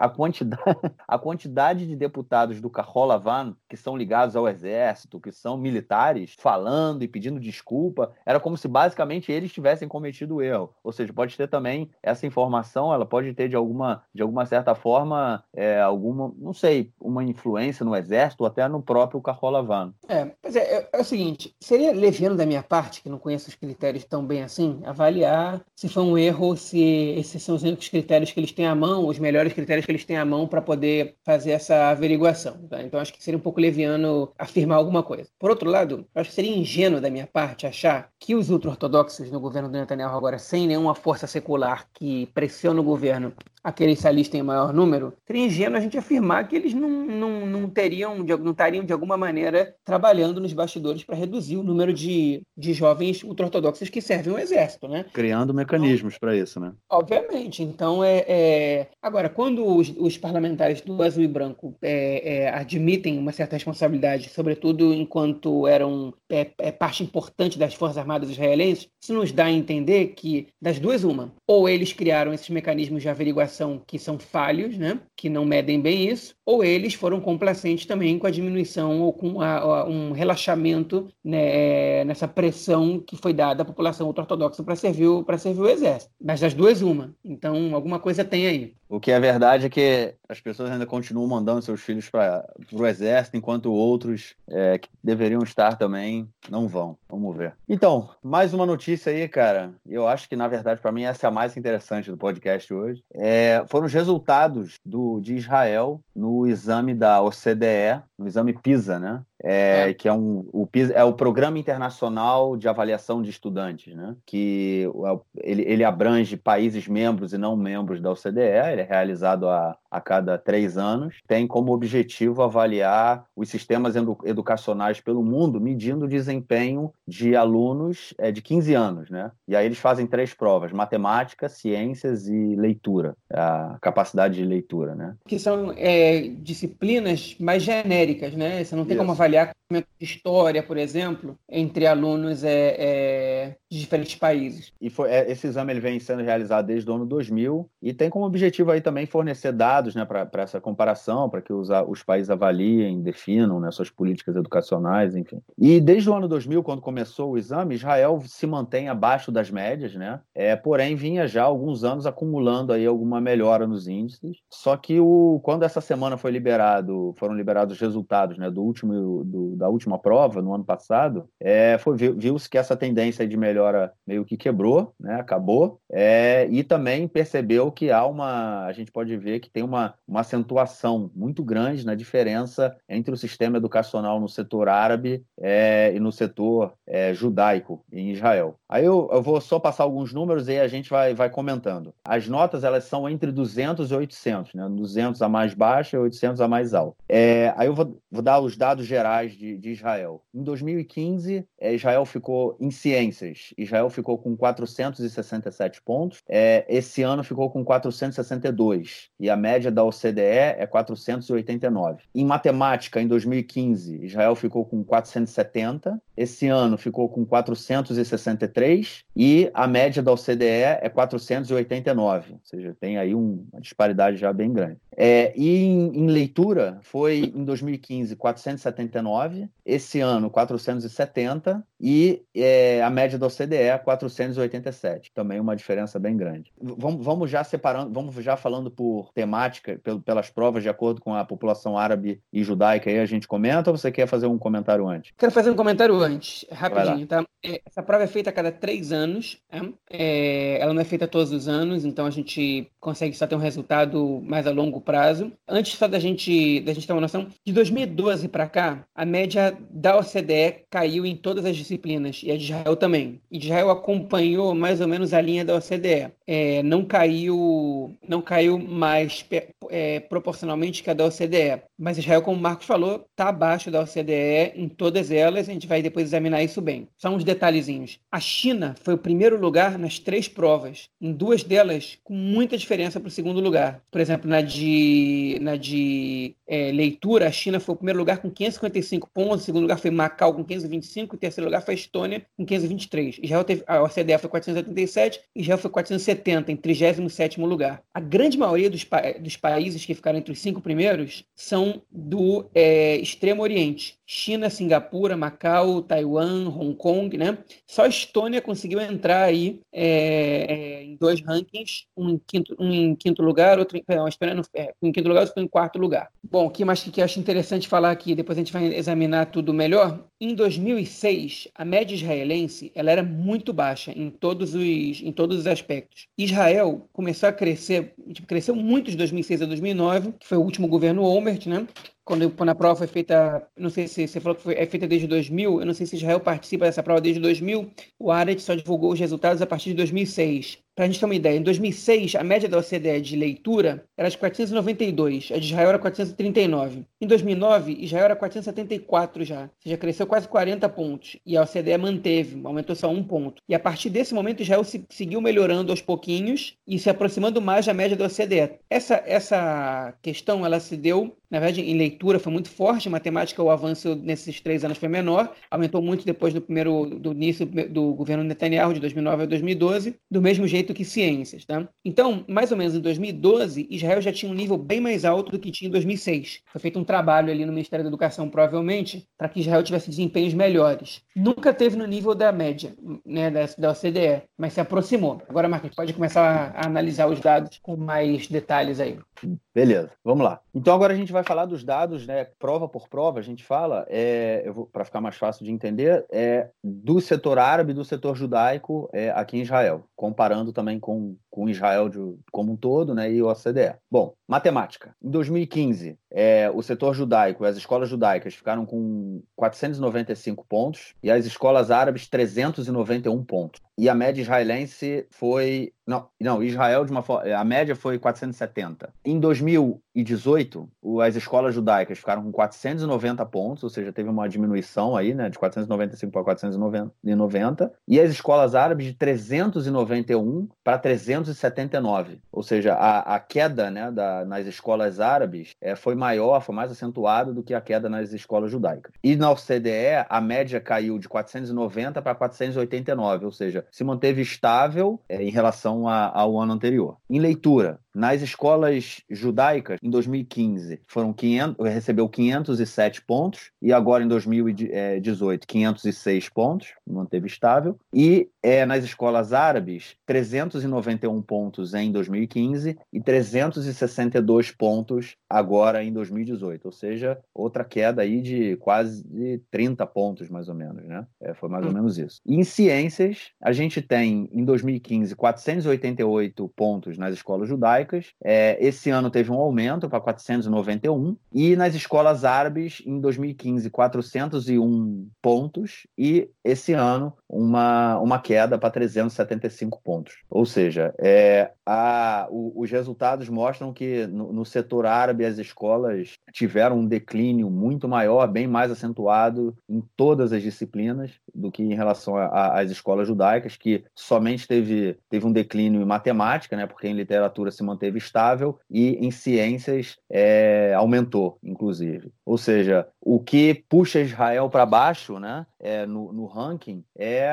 a quantidade de deputados do Kahol Lavan que são ligados ao exército, que são militares, falando e pedindo desculpa, era como se basicamente eles tivessem cometido o erro. Ou seja, pode ter também essa informação, ela pode ter de alguma certa forma, não sei, uma influência no exército ou até no próprio Kahol Lavan. Pois é o seguinte, seria leviano da minha parte, que não conheço os critérios tão bem assim, avaliar se foi um erro ou se esses são os únicos critérios que eles têm à mão, os melhores critérios que eles têm à mão para poder fazer essa averiguação. Tá? Então acho que seria um pouco leviano afirmar alguma coisa. Por outro lado, acho que seria ingênuo da minha parte achar que os ultra-ortodoxos no governo do Netanyahu agora, sem nenhuma força secular que pressiona o governo aqueles se alistem em maior número, seria ingênuo a gente afirmar que eles não estariam de alguma maneira trabalhando nos bastidores para reduzir o número de jovens ultra-ortodoxos que servem o exército, né? Criando mecanismos para isso, né? Obviamente. Então, agora, quando os parlamentares do Azul e Branco admitem uma certa responsabilidade, sobretudo enquanto eram parte importante das Forças Armadas israelenses, isso nos dá a entender que, das duas, uma, ou eles criaram esses mecanismos de averiguação que são falhos, né, que não medem bem isso, ou eles foram complacentes também com a diminuição ou com um relaxamento, né, nessa pressão que foi dada à população ultra-ortodoxa para servir o exército. Mas das duas, uma. Então, alguma coisa tem aí. O que é verdade é que as pessoas ainda continuam mandando seus filhos para o exército, enquanto outros que deveriam estar também não vão. Vamos ver. Então, mais uma notícia aí, cara. Eu acho que, na verdade, para mim, essa é a mais interessante do podcast hoje. Foram os resultados de Israel no exame da OCDE, no exame PISA, né? Que é o PISA, é o Programa Internacional de Avaliação de Estudantes, né? Que ele abrange países membros e não membros da OCDE, ele é realizado a cada 3 anos, tem como objetivo avaliar os sistemas educacionais pelo mundo, medindo o desempenho de alunos de 15 anos, né? E aí eles fazem 3 provas: matemática, ciências e leitura, a capacidade de leitura, né? Que são disciplinas mais genéricas, né? Você não tem como Isso. avaliar conhecimento de história, por exemplo, entre alunos de diferentes países. E esse exame ele vem sendo realizado desde o ano 2000 e tem como objetivo aí também fornecer dados, né, para essa comparação, para que os países avaliem, definam, né, suas políticas educacionais, enfim. E desde o ano 2000, quando começou o exame, Israel se mantém abaixo das médias, né? Porém vinha já há alguns anos acumulando aí alguma melhora nos índices. Só que quando essa semana foram liberados os resultados, né, da última prova, no ano passado, viu-se que essa tendência de melhora meio que quebrou, né, acabou, e também percebeu que a gente pode ver que tem uma acentuação muito grande na diferença entre o sistema educacional no setor árabe e no setor judaico em Israel. Aí eu vou só passar alguns números e aí a gente vai comentando. As notas, elas são entre 200 e 800, né? 200 a mais baixa e 800 a mais alta. Aí eu vou dar os dados gerais de Israel. Em 2015, Israel ficou em ciências. Israel ficou com 467 pontos. Esse ano ficou com 462. E a média da OCDE é 489. Em matemática, em 2015, Israel ficou com 470. Esse ano ficou com 463. E a média da OCDE é 489. Ou seja, tem aí uma disparidade já bem grande. E em leitura, foi em 2015 479, esse ano 470 e a média da OCDE é 487. Também uma diferença bem grande. Vamos já separando, vamos já falando por temática, pelas provas de acordo com a população árabe e judaica, aí a gente comenta, ou você quer fazer um comentário antes? Quero fazer um comentário antes, rapidinho, tá? Essa prova é feita a cada 3 anos, ela não é feita todos os anos, então a gente consegue só ter um resultado mais a longo prazo. Antes só da gente ter uma noção, de 2012 para cá, a média da OCDE caiu em todas as disciplinas, e a de Israel também. E Israel acompanhou mais ou menos a linha da OCDE. Não caiu mais proporcionalmente que a da OCDE. Mas Israel, como o Marcos falou, está abaixo da OCDE em todas elas, a gente vai depois examinar isso bem. Só uns detalhezinhos. A China foi o primeiro lugar nas 3 provas, em 2 delas com muita diferença para o segundo lugar. Por exemplo, na de leitura, a China foi o primeiro lugar com 555 pontos, o segundo lugar foi Macau com 525, e o terceiro lugar foi a Estônia com 523. A OCDE foi 487 e Israel foi 470, em 37º lugar. A grande maioria dos países que ficaram entre os 5 primeiros são do Extremo Oriente. China, Singapura, Macau, Taiwan, Hong Kong, né? Só a Estônia conseguiu entrar aí em 2 rankings, um em quinto lugar, a Estônia em quinto lugar, outro em 4º lugar. Bom, o que mais que eu acho interessante falar aqui, depois a gente vai examinar tudo melhor. Em 2006, a média israelense ela era muito baixa em todos os aspectos. Israel começou a crescer, cresceu muito de 2006 a 2009, que foi o último governo Olmert, né? Quando a prova foi feita, não sei se você falou que é feita desde 2000, eu não sei se Israel participa dessa prova desde 2000, o Haaretz só divulgou os resultados a partir de 2006. para a gente ter uma ideia, em 2006, a média da OCDE de leitura era de 492, a de Israel era 439. Em 2009, Israel era 474 já, ou seja, cresceu quase 40 pontos. E a OCDE manteve, aumentou só 1 ponto. E a partir desse momento, Israel seguiu melhorando aos pouquinhos e se aproximando mais da média da OCDE. Essa questão, ela se deu, na verdade, em leitura foi muito forte, em matemática o avanço nesses 3 anos foi menor, aumentou muito depois do início do governo Netanyahu, de 2009 a 2012, do mesmo jeito que ciências, tá? Então, mais ou menos em 2012, Israel já tinha um nível bem mais alto do que tinha em 2006. Foi feito um trabalho ali no Ministério da Educação, provavelmente, para que Israel tivesse desempenhos melhores. Nunca teve no nível da média, né, da OCDE, mas se aproximou. Agora, Marcos, pode começar a analisar os dados com mais detalhes aí. Beleza, vamos lá. Então agora a gente vai falar dos dados, né? Prova por prova, a gente fala, para ficar mais fácil de entender, do setor árabe e do setor judaico aqui em Israel, comparando também com Israel como um todo, né? E o OCDE. Bom, matemática. Em 2015, o setor judaico, as escolas judaicas ficaram com 495 pontos e as escolas árabes 391 pontos. E a média israelense foi... Não, Israel, a média foi 470. Em 2018, as escolas judaicas ficaram com 490 pontos, ou seja, teve uma diminuição aí, né, de 495 para 490, e as escolas árabes de 391 para 379, ou seja, a queda, né, nas escolas árabes foi maior, foi mais acentuada do que a queda nas escolas judaicas. E na OCDE, a média caiu de 490 para 489, ou seja, se manteve estável em relação ao ano anterior. Em leitura, nas escolas judaicas, em 2015, recebeu 507 pontos, e agora em 2018, 506 pontos, manteve estável. E nas escolas árabes, 391 pontos em 2015 e 362 pontos agora em 2018, ou seja, outra queda aí de quase 30 pontos, mais ou menos, né? Foi mais ou menos isso. E em ciências, a gente tem, em 2015, 488 pontos nas escolas judaicas. Esse ano teve um aumento para 491. E nas escolas árabes, em 2015, 401 pontos. E esse ano, uma queda para 375 pontos. Ou seja, os resultados mostram que no setor árabe as escolas tiveram um declínio muito maior, bem mais acentuado em todas as disciplinas do que em relação às escolas judaicas, que somente teve um declínio em matemática, né, porque em literatura se manteve estável, e em ciências aumentou, inclusive. Ou seja, o que puxa Israel para baixo, né, no ranking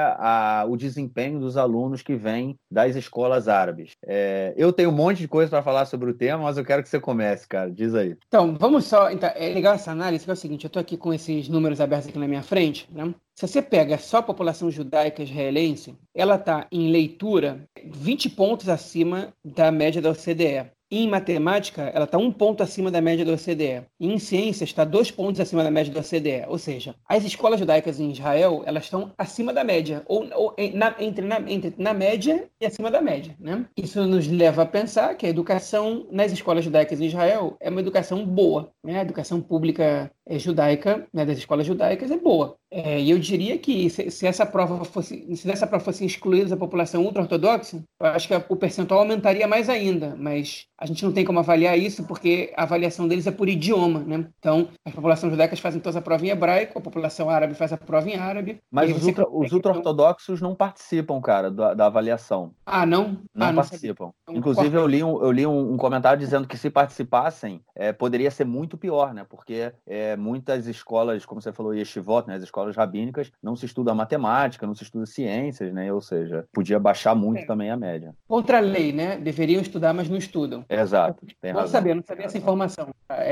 o desempenho dos alunos que vêm das escolas árabes. Eu tenho um monte de coisa para falar sobre o tema, mas eu quero que você comece, cara. Diz aí. Então, vamos só... Então, é legal essa análise, que é o seguinte, eu estou aqui com esses números abertos aqui na minha frente, né? Se você pega só a população judaica israelense, ela está em leitura 20 pontos acima da média da OCDE. Em matemática, ela está 1 ponto acima da média da OCDE. E em ciências, está 2 pontos acima da média da OCDE. Ou seja, as escolas judaicas em Israel, elas estão acima da média, entre na média e acima da média, né? Isso nos leva a pensar que a educação nas escolas judaicas em Israel é uma educação boa, né? A educação pública judaica, né, das escolas judaicas, é boa. E eu diria que se dessa prova fosse excluída a população ultra-ortodoxa, eu acho que o percentual aumentaria mais ainda, mas a gente não tem como avaliar isso porque a avaliação deles é por idioma, né? Então, as populações judaicas fazem toda a prova em hebraico, a população árabe faz a prova em árabe. Mas os ultra-ortodoxos não participam, cara, da avaliação. Ah, não? Não participam. Inclusive, eu li um comentário dizendo que se participassem, poderia ser muito pior, né? Porque muitas escolas, como você falou, yeshivot, né? As escolas rabínicas, não se estuda matemática, não se estuda ciências, né? Ou seja, podia baixar muito também a média. Contra a lei, né? Deveriam estudar, mas não estudam. Exato. Bom saber, não sabia essa informação.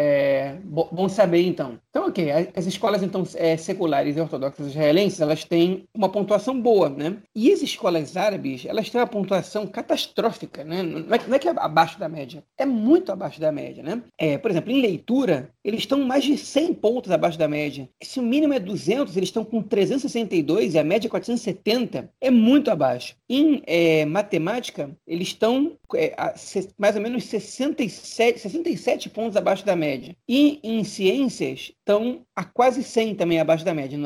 Bom saber, então. Então, ok, as escolas, então, seculares e ortodoxas israelenses, elas têm uma pontuação boa, né? E as escolas árabes, elas têm uma pontuação catastrófica, né? Não é que é abaixo da média, é muito abaixo da média, né? Por exemplo, em leitura, eles estão mais de 100 pontos abaixo da média. Se o mínimo é 200, eles estão com 362 e a média é 470, é muito abaixo. Em matemática, eles estão mais ou menos 67 pontos abaixo da média. E em ciências, estão a quase 100 também abaixo da média,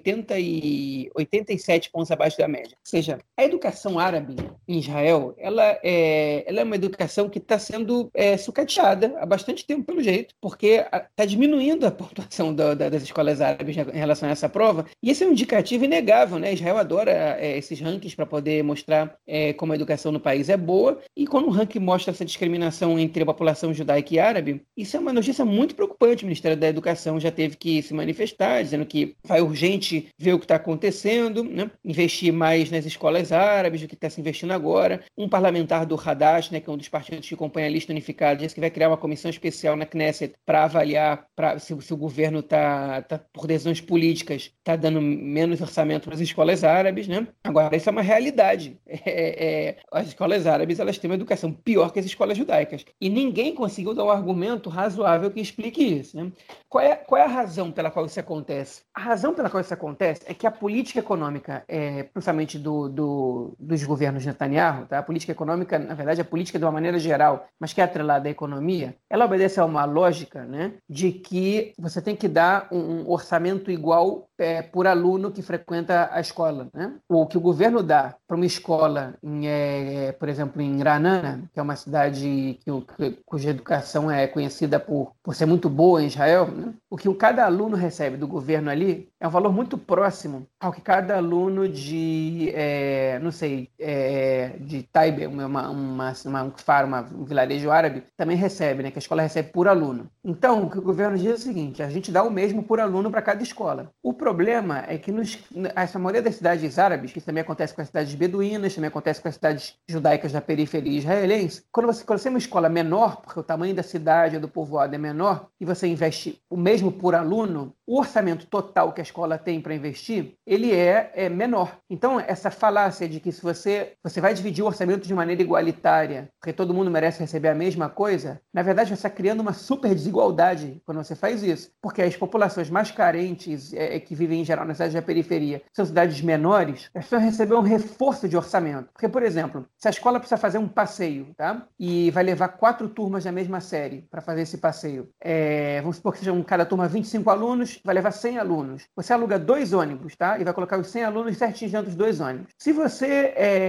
87 pontos abaixo da média. Ou seja, a educação árabe em Israel, ela é uma educação que está sendo sucateada há bastante tempo, pelo jeito, porque está diminuindo a pontuação das escolas árabes em relação a essa prova, e esse é um indicativo inegável, né? Israel adora esses rankings para poder mostrar como a educação no país é boa, e quando o ranking mostra essa discriminação entre a população judaica e árabe, isso é uma notícia muito preocupante. O Ministério da Educação já teve que se manifestar, dizendo que vai urgente ver o que está acontecendo, né? Investir mais nas escolas árabes do que está se investindo agora. Um parlamentar do Hadash, né, que é um dos partidos que compõe a lista unificada, disse que vai criar uma comissão especial na Knesset para avaliar se o governo está, por decisões políticas, está dando menos orçamento para as escolas árabes, né? Agora, isso é uma realidade. As escolas árabes, elas têm uma educação pior que as escolas judaicas. E ninguém conseguiu dar um argumento razoável que explique isso, né? Qual é a razão pela qual isso acontece? A razão pela qual isso acontece é que a política econômica, principalmente dos governos Netanyahu, tá? A política econômica, na verdade, a política de uma maneira geral, mas que é atrelada à economia, ela obedece a uma lógica, né, de que você tem que dar um orçamento igual por aluno que frequenta a escola, né? O que o governo dá para uma escola, por exemplo, em Ra'anana, que é uma cidade cuja educação é conhecida por ser muito boa em Israel, né? O que cada aluno recebe do governo ali é um valor muito próximo ao que cada aluno de Taibe, um vilarejo árabe, também recebe, né? Que a escola recebe por aluno. Então, o que o governo diz é o seguinte: a gente dá o mesmo por aluno para cada escola. O problema é que essa maioria das cidades árabes, que isso também acontece com as cidades beduínas, também acontece com as cidades judaicas da periferia israelense, quando você tem uma escola menor, porque o tamanho da cidade ou do povoado é menor, e você investe o mesmo por aluno, o orçamento total que a escola tem para investir, ele é menor. Então, essa falácia de que se você vai dividir o orçamento de maneira igualitária, porque todo mundo merece receber a mesma coisa, na verdade, você está criando uma super desigualdade quando você faz isso, porque as populações mais carentes, que vivem em geral nas cidades da periferia, são cidades menores, as pessoas recebem um reforço de orçamento. Porque, por exemplo, se a escola precisa fazer um passeio, tá? E vai levar 4 turmas da mesma série para fazer esse passeio, vamos supor que sejam cada turma 25 alunos, vai levar 100 alunos. Você aluga 2 ônibus, tá? E vai colocar os 100 alunos certinho dentro dos 2 ônibus. Se você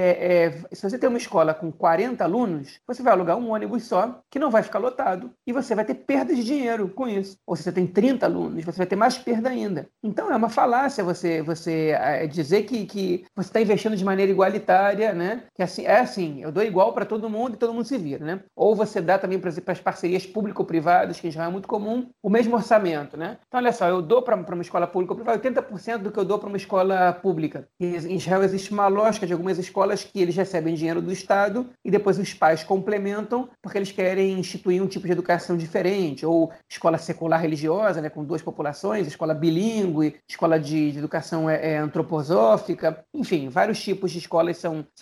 tem uma escola com 40 alunos, você vai alugar um ônibus só, que não vai ficar lotado, e você vai ter perda de dinheiro com isso. Ou se você tem 30 alunos, você vai ter mais perda ainda. Então, é uma falácia você dizer que você está investindo de maneira igualitária, né? Que assim, eu dou igual para todo mundo e todo mundo se vira, né? Ou você dá também para as parcerias público-privadas, que já é muito comum, o mesmo orçamento, né? Então, olha só, eu dou para uma escola pública ou privada 80% do que eu dou para uma escola pública. E em Israel existe uma lógica de algumas escolas que eles recebem dinheiro do Estado e depois os pais complementam porque eles querem instituir um tipo de educação diferente, ou escola secular religiosa, né, com 2 populações, escola bilíngue, escola de educação antroposófica, enfim, vários tipos de escolas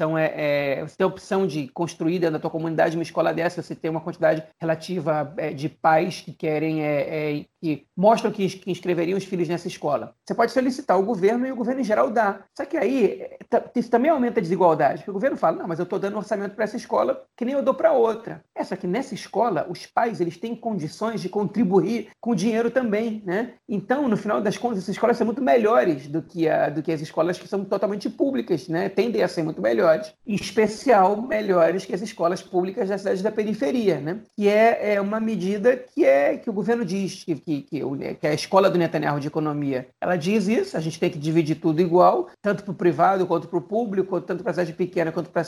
você tem a opção de construir dentro da tua comunidade uma escola dessa, você tem uma quantidade relativa de pais que querem que mostram que inscreveriam os filhos nessa escola. Você pode solicitar ao governo e o governo em geral dá. Só que aí isso também aumenta a desigualdade, porque o governo fala, não, mas eu estou dando orçamento para essa escola que nem eu dou para outra. Só que nessa escola, os pais eles têm condições de contribuir com dinheiro também, né? Então, no final das contas, essas escolas são muito melhores do que as escolas que são totalmente públicas, né? Tendem a ser muito melhores. Em especial, melhores que as escolas públicas das cidades da periferia, né? Que é uma medida que o governo diz, que é a escola do Netanyahu de economia. Ela diz isso, a gente tem que dividir tudo igual, tanto para o privado quanto para o público, tanto para a cidade pequena quanto para a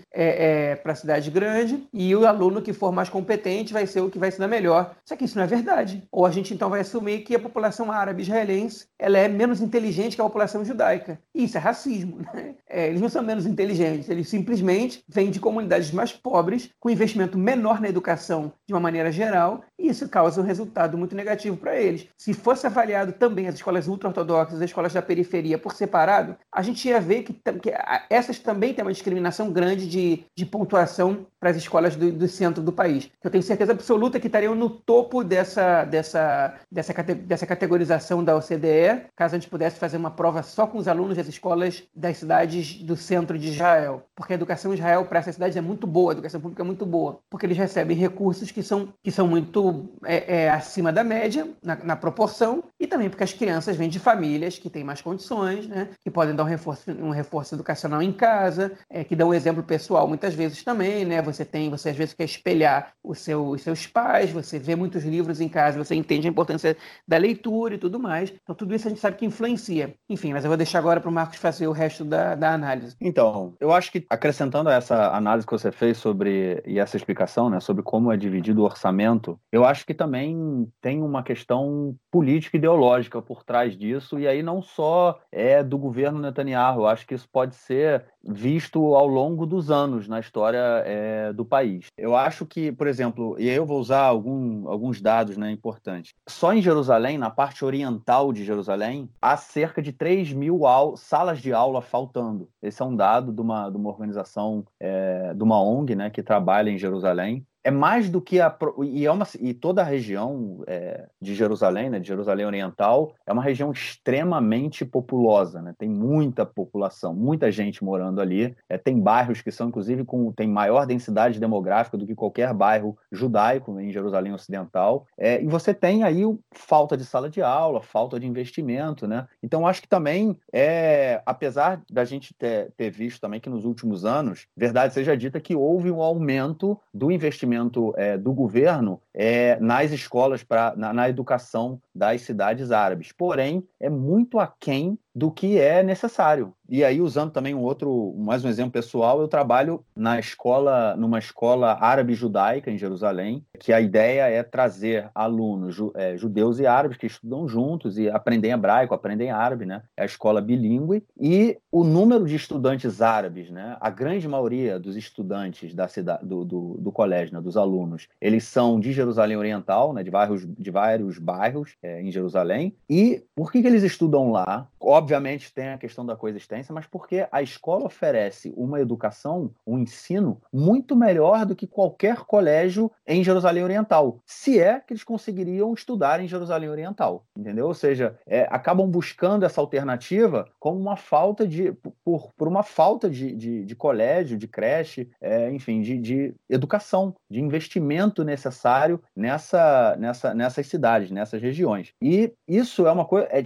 cidade grande, e o aluno que for mais competente vai ser o que vai se dar melhor. Só que isso não é verdade. Ou a gente então vai assumir que a população árabe israelense ela é menos inteligente que a população judaica. E isso é racismo, né? Eles não são menos inteligentes, eles simplesmente vêm de comunidades mais pobres, com investimento menor na educação de uma maneira geral, e isso causa um resultado muito negativo para eles. Se fosse avaliado também as escolas ultra-ortodoxas, as escolas da periferia por separado, a gente ia ver que essas também têm uma discriminação grande de pontuação para as escolas dos centro do país. Eu tenho certeza absoluta que estariam no topo dessa categorização da OCDE, caso a gente pudesse fazer uma prova só com os alunos das escolas das cidades do centro de Israel. Porque a educação em Israel para essas cidades é muito boa, a educação pública é muito boa, porque eles recebem recursos que são muito acima da média, na proporção, e também porque as crianças vêm de famílias que têm mais condições, né, que podem dar um reforço educacional em casa, que dão um exemplo pessoal muitas vezes também, né? Você às vezes quer espelhar os seus pais, você vê muitos livros em casa, você entende a importância da leitura e tudo mais. Então tudo isso a gente sabe que influencia. Enfim, mas eu vou deixar agora para o Marcos fazer o resto da análise. Então, eu acho que acrescentando a essa análise que você fez e essa explicação, né, sobre como é dividido o orçamento, eu acho que também tem uma questão política e ideológica por trás disso, e aí não só do governo Netanyahu, eu acho que isso pode ser visto ao longo dos anos na história do país. Eu acho que, por exemplo, e aí eu vou usar alguns dados, né, importantes. Só em Jerusalém, na parte oriental de Jerusalém, há cerca de 3.000 salas de aula faltando. Esse é um dado de uma organização, de uma ONG, né, que trabalha em Jerusalém. É mais do que e toda a região de Jerusalém, né, de Jerusalém Oriental, é uma região extremamente populosa, né? Tem muita população, muita gente morando ali. Tem bairros que são, inclusive, tem maior densidade demográfica do que qualquer bairro judaico em Jerusalém Ocidental. E você tem aí falta de sala de aula, falta de investimento, né? Então, acho que também, apesar da gente ter visto também que nos últimos anos, verdade seja dita que houve um aumento do investimento do governo nas escolas, na educação das cidades árabes. Porém, é muito aquém do que é necessário. E aí, usando também mais um exemplo pessoal, eu trabalho numa escola árabe-judaica em Jerusalém, que a ideia é trazer alunos judeus e árabes que estudam juntos e aprendem hebraico, aprendem árabe, né? É a escola bilíngue. E o número de estudantes árabes, né? A grande maioria dos estudantes da cidade, do colégio, né? Dos alunos, eles são de Jerusalém Oriental, né? De vários bairros em Jerusalém. E por que eles estudam lá? Obviamente tem a questão da coexistência, mas porque a escola oferece uma educação, um ensino muito melhor do que qualquer colégio em Jerusalém Oriental, se é que eles conseguiriam estudar em Jerusalém Oriental, entendeu? Ou seja, acabam buscando essa alternativa como uma falta por uma falta de colégio, de creche, enfim, de educação, de investimento necessário nessas cidades, nessas regiões. E isso é uma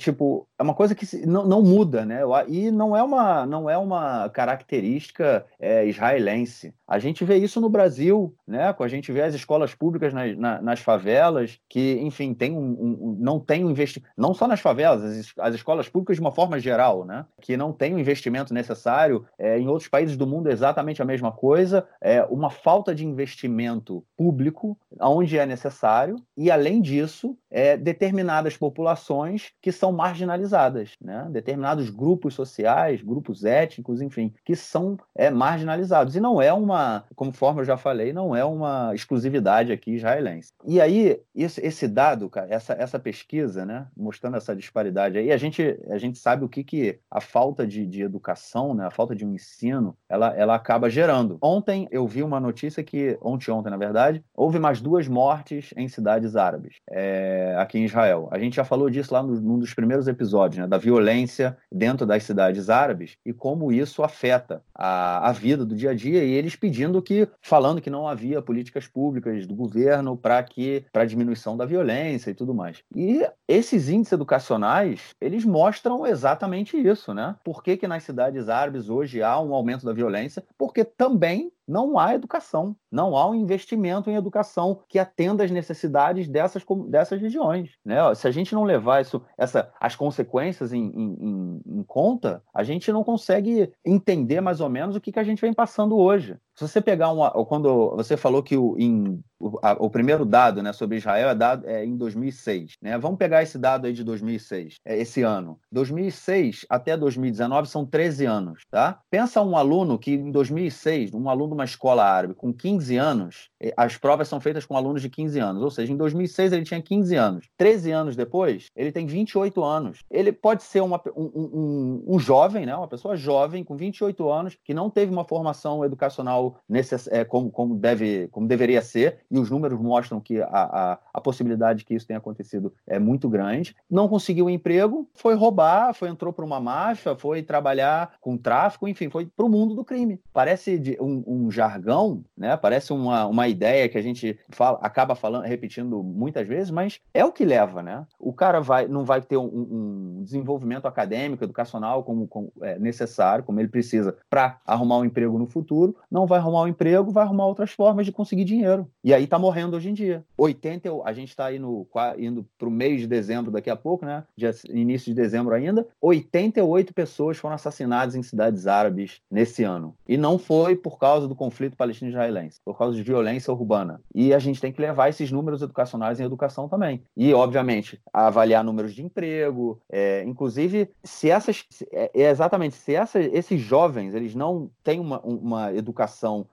coisa que não muda, né? E não é uma característica israelense. A gente vê isso no Brasil, né? A gente vê as escolas públicas nas favelas, que, enfim, não tem um investimento, não só nas favelas, as escolas públicas de uma forma geral, né? Que não tem o investimento necessário. Em outros países do mundo é exatamente a mesma coisa, uma falta de investimento público onde é necessário, e, além disso, determinadas populações que são marginalizadas, né? Determinados grupos sociais, grupos étnicos, enfim, que são marginalizados. E não é conforme eu já falei, não é uma exclusividade aqui israelense. E aí, esse dado, cara, essa pesquisa, né, mostrando essa disparidade aí, a gente sabe o que a falta de educação, né, a falta de um ensino, ela acaba gerando. Ontem eu vi uma notícia ontem, na verdade, houve mais 2 mortes em cidades árabes, aqui em Israel. A gente já falou disso lá num dos primeiros episódios, né, da violência dentro das cidades árabes e como isso afeta a vida do dia a dia, e eles falando que não havia políticas públicas do governo para diminuição da violência e tudo mais. E esses índices educacionais, eles mostram exatamente isso, né? Por que nas cidades árabes hoje há um aumento da violência? Porque também não há educação, não há um investimento em educação que atenda às necessidades dessas regiões, né? Se a gente não levar as consequências em conta, a gente não consegue entender mais ou menos o que a gente vem passando hoje. Se você pegar quando você falou que o primeiro dado, né, sobre Israel é em 2006, né? Vamos pegar esse dado aí de 2006, esse ano. 2006 até 2019 são 13 anos, tá? Pensa um aluno que em 2006, um aluno de uma escola árabe com 15 anos, as provas são feitas com alunos de 15 anos, ou seja, em 2006 ele tinha 15 anos. 13 anos depois, ele tem 28 anos. Ele pode ser um jovem, né, uma pessoa jovem com 28 anos que não teve uma formação educacional educacional como deveria ser, e os números mostram que a possibilidade que isso tenha acontecido é muito grande. Não conseguiu emprego, foi roubar, entrou para uma máfia, foi trabalhar com tráfico, enfim, foi para o mundo do crime. Parece um jargão, né? Parece uma ideia que a gente acaba repetindo muitas vezes, mas é o que leva, né? O cara não vai ter um desenvolvimento acadêmico, educacional como é necessário, como ele precisa para arrumar um emprego no futuro, não vai arrumar um emprego, vai arrumar outras formas de conseguir dinheiro. E aí está morrendo hoje em dia. A gente está indo para o mês de dezembro daqui a pouco, né? Início de dezembro ainda, 88 pessoas foram assassinadas em cidades árabes nesse ano. E não foi por causa do conflito palestino-israelense, por causa de violência urbana. E a gente tem que levar esses números educacionais em educação também. E, obviamente, avaliar números de emprego, inclusive, se esses jovens eles não têm uma educação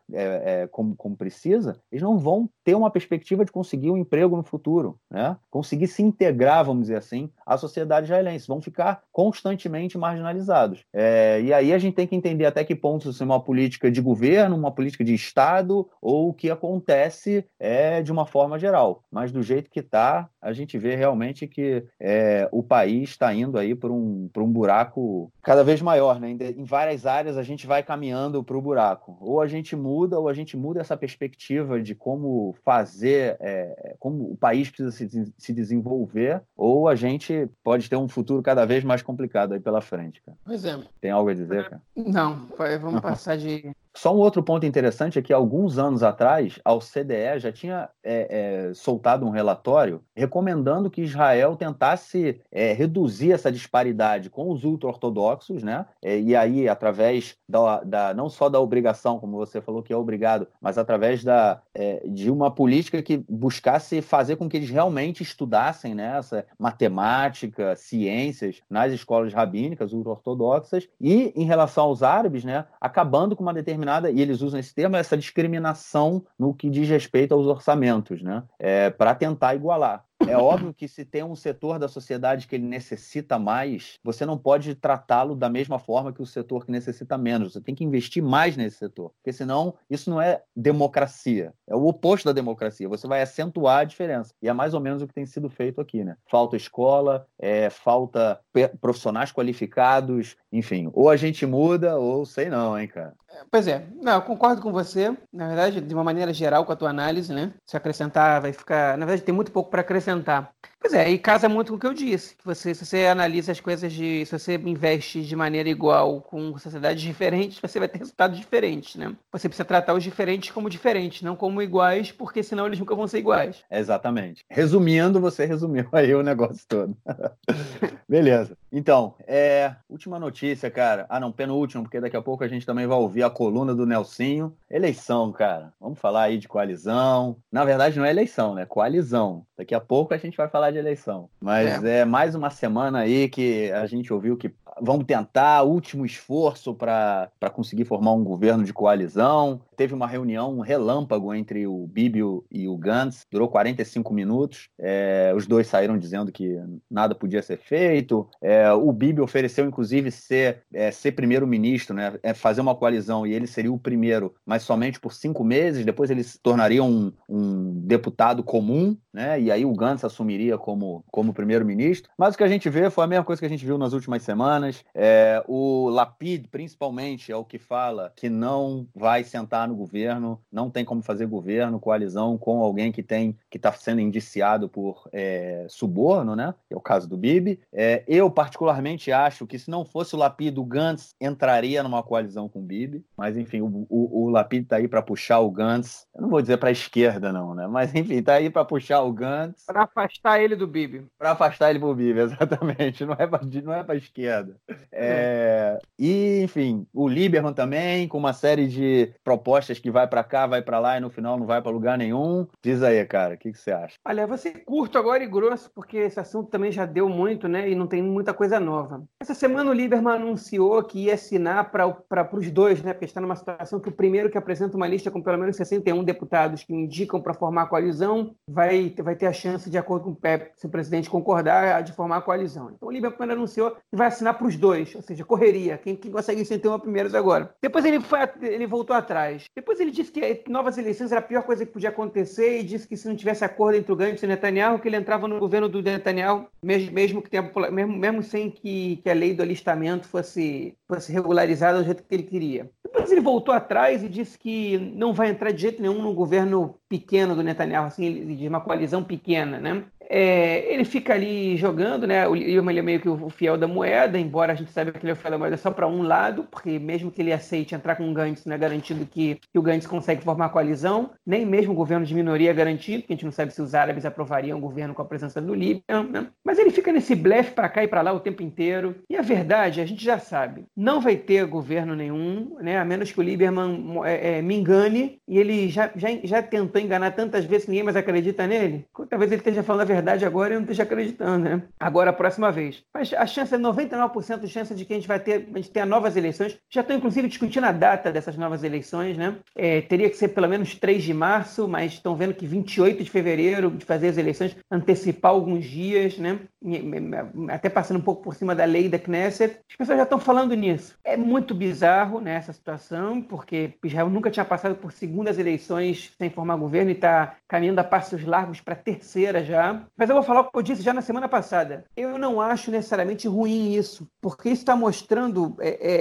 como precisa, eles não vão ter uma perspectiva de conseguir um emprego no futuro, né? Conseguir se integrar, vamos dizer assim, à sociedade israelense. Vão ficar constantemente marginalizados. E aí a gente tem que entender até que ponto isso é uma política de governo, uma política de Estado, ou o que acontece de uma forma geral. Mas do jeito que está, a gente vê realmente que o país está indo aí para um buraco cada vez maior, né? Em várias áreas a gente vai caminhando para o buraco. Ou a gente muda essa perspectiva de como fazer, como o país precisa se desenvolver, ou a gente pode ter um futuro cada vez mais complicado aí pela frente, cara. Pois é. Tem algo a dizer, cara? Não, vamos passar de... Só um outro ponto interessante é que, alguns anos atrás, a OCDE já tinha soltado um relatório recomendando que Israel tentasse reduzir essa disparidade com os ultra-ortodoxos, né? E aí, através não só da obrigação, como você falou que é obrigado, mas através de uma política que buscasse fazer com que eles realmente estudassem, né, essa matemática, ciências nas escolas rabínicas ultra-ortodoxas, e em relação aos árabes, né, acabando com uma determinada, e eles usam esse termo, essa discriminação no que diz respeito aos orçamentos, né, para tentar igualar. É óbvio que se tem um setor da sociedade que ele necessita mais, você não pode tratá-lo da mesma forma que o setor que necessita menos. Você tem que investir mais nesse setor, porque senão isso não é democracia. É o oposto da democracia. Você vai acentuar a diferença. E é mais ou menos o que tem sido feito aqui, né? Falta escola, falta profissionais qualificados, enfim. Ou a gente muda, ou sei não, hein, cara. Pois é. Não, eu concordo com você. Na verdade, de uma maneira geral com a tua análise, né? Se acrescentar, vai ficar... Na verdade, tem muito pouco para acrescentar. Pois é, e casa muito com o que eu disse. Que se você analisa as coisas se você investe de maneira igual com sociedades diferentes, você vai ter resultados diferentes, né? Você precisa tratar os diferentes como diferentes, não como iguais, porque senão eles nunca vão ser iguais. Exatamente. Resumindo, você resumiu aí o negócio todo. Beleza. Então, última notícia, cara. Não, penúltimo, porque daqui a pouco a gente também vai ouvir a coluna do Nelsinho. Eleição, cara. Vamos falar aí de coalizão. Na verdade, não é eleição, né? Coalizão. Daqui a pouco a gente vai falar de eleição. Mas é mais uma semana aí que a gente ouviu que vamos tentar, último esforço para conseguir formar um governo de coalizão. Teve uma reunião, um relâmpago entre o Bibi e o Gantz, durou 45 minutos. Os dois saíram dizendo que nada podia ser feito. O Bibi ofereceu, inclusive, ser primeiro-ministro, né? Fazer uma coalizão, e ele seria o primeiro, mas somente por 5 meses. Depois ele se tornaria um deputado comum, né? E aí o Gantz assumiria como primeiro-ministro. Mas o que a gente vê foi a mesma coisa que a gente viu nas últimas semanas. O Lapid, principalmente, é o que fala que não vai sentar no governo, não tem como fazer governo, coalizão com alguém que está sendo indiciado por suborno, né? Que é o caso do Bibi. Eu, particularmente, acho que se não fosse o Lapid, o Gantz entraria numa coalizão com o Bibi. Mas, enfim, o Lapid está aí para puxar o Gantz. Eu não vou dizer para a esquerda, não, né? Mas, enfim, está aí para puxar o Gantz. Para afastar ele do Bibi. Para afastar ele do Bibi, exatamente. Não é para a esquerda. E, enfim, o Lieberman também, com uma série de propostas que vai para cá, vai para lá e no final não vai para lugar nenhum. Diz aí, cara, o que você acha? Olha, vou ser curto agora e grosso, porque esse assunto também já deu muito, né? E não tem muita coisa nova. Essa semana o Lieberman anunciou que ia assinar para os dois, né? Porque está numa situação que o primeiro que apresenta uma lista com pelo menos 61 deputados que indicam para formar a coalizão vai vai ter a chance, de acordo com o PEP, se o presidente concordar, de formar a coalizão. Então o Lieberman anunciou que vai assinar para os dois, ou seja, correria. Quem consegue ser então primeiros agora. Depois ele voltou atrás. Depois ele disse que novas eleições era a pior coisa que podia acontecer e disse que se não tivesse acordo entre o Gantz e o Netanyahu, que ele entrava no governo do Netanyahu, mesmo sem que a lei do alistamento fosse regularizada do jeito que ele queria. Depois ele voltou atrás e disse que não vai entrar de jeito nenhum no governo pequeno do Netanyahu, assim, de uma coalizão pequena, né? Ele fica ali jogando, né? Ele é meio que o fiel da moeda, embora a gente saiba que ele é o fiel da moeda só para um lado, porque mesmo que ele aceite entrar com o Gantz, não é garantido que o Gantz consegue formar a coalizão, nem mesmo o governo de minoria é garantido, porque a gente não sabe se os árabes aprovariam o governo com a presença do Líbano, né? Mas ele fica nesse blefe para cá e para lá o tempo inteiro. E a verdade, a gente já sabe, não vai ter governo nenhum, né? A menos que o Lieberman me engane, e ele já tentou enganar tantas vezes que ninguém mais acredita nele. Talvez ele esteja falando a verdade agora e eu não esteja acreditando, né? Agora, a próxima vez. Mas a chance é 99% de chance de que a gente tenha novas eleições. Já estou, inclusive, discutindo a data dessas novas eleições, né? Teria que ser pelo menos 3 de março, mas estão vendo que 28 de fevereiro, de fazer as eleições, antecipar alguns dias, né? Até passando um pouco por cima da lei da Knesset. As pessoas já estão falando nisso. É muito bizarro, né, essa situação, porque Israel nunca tinha passado por segundas eleições sem formar governo e está caminhando a passos largos para a terceira já. Mas eu vou falar o que eu disse já na semana passada. Eu não acho necessariamente ruim isso, porque isso está mostrando,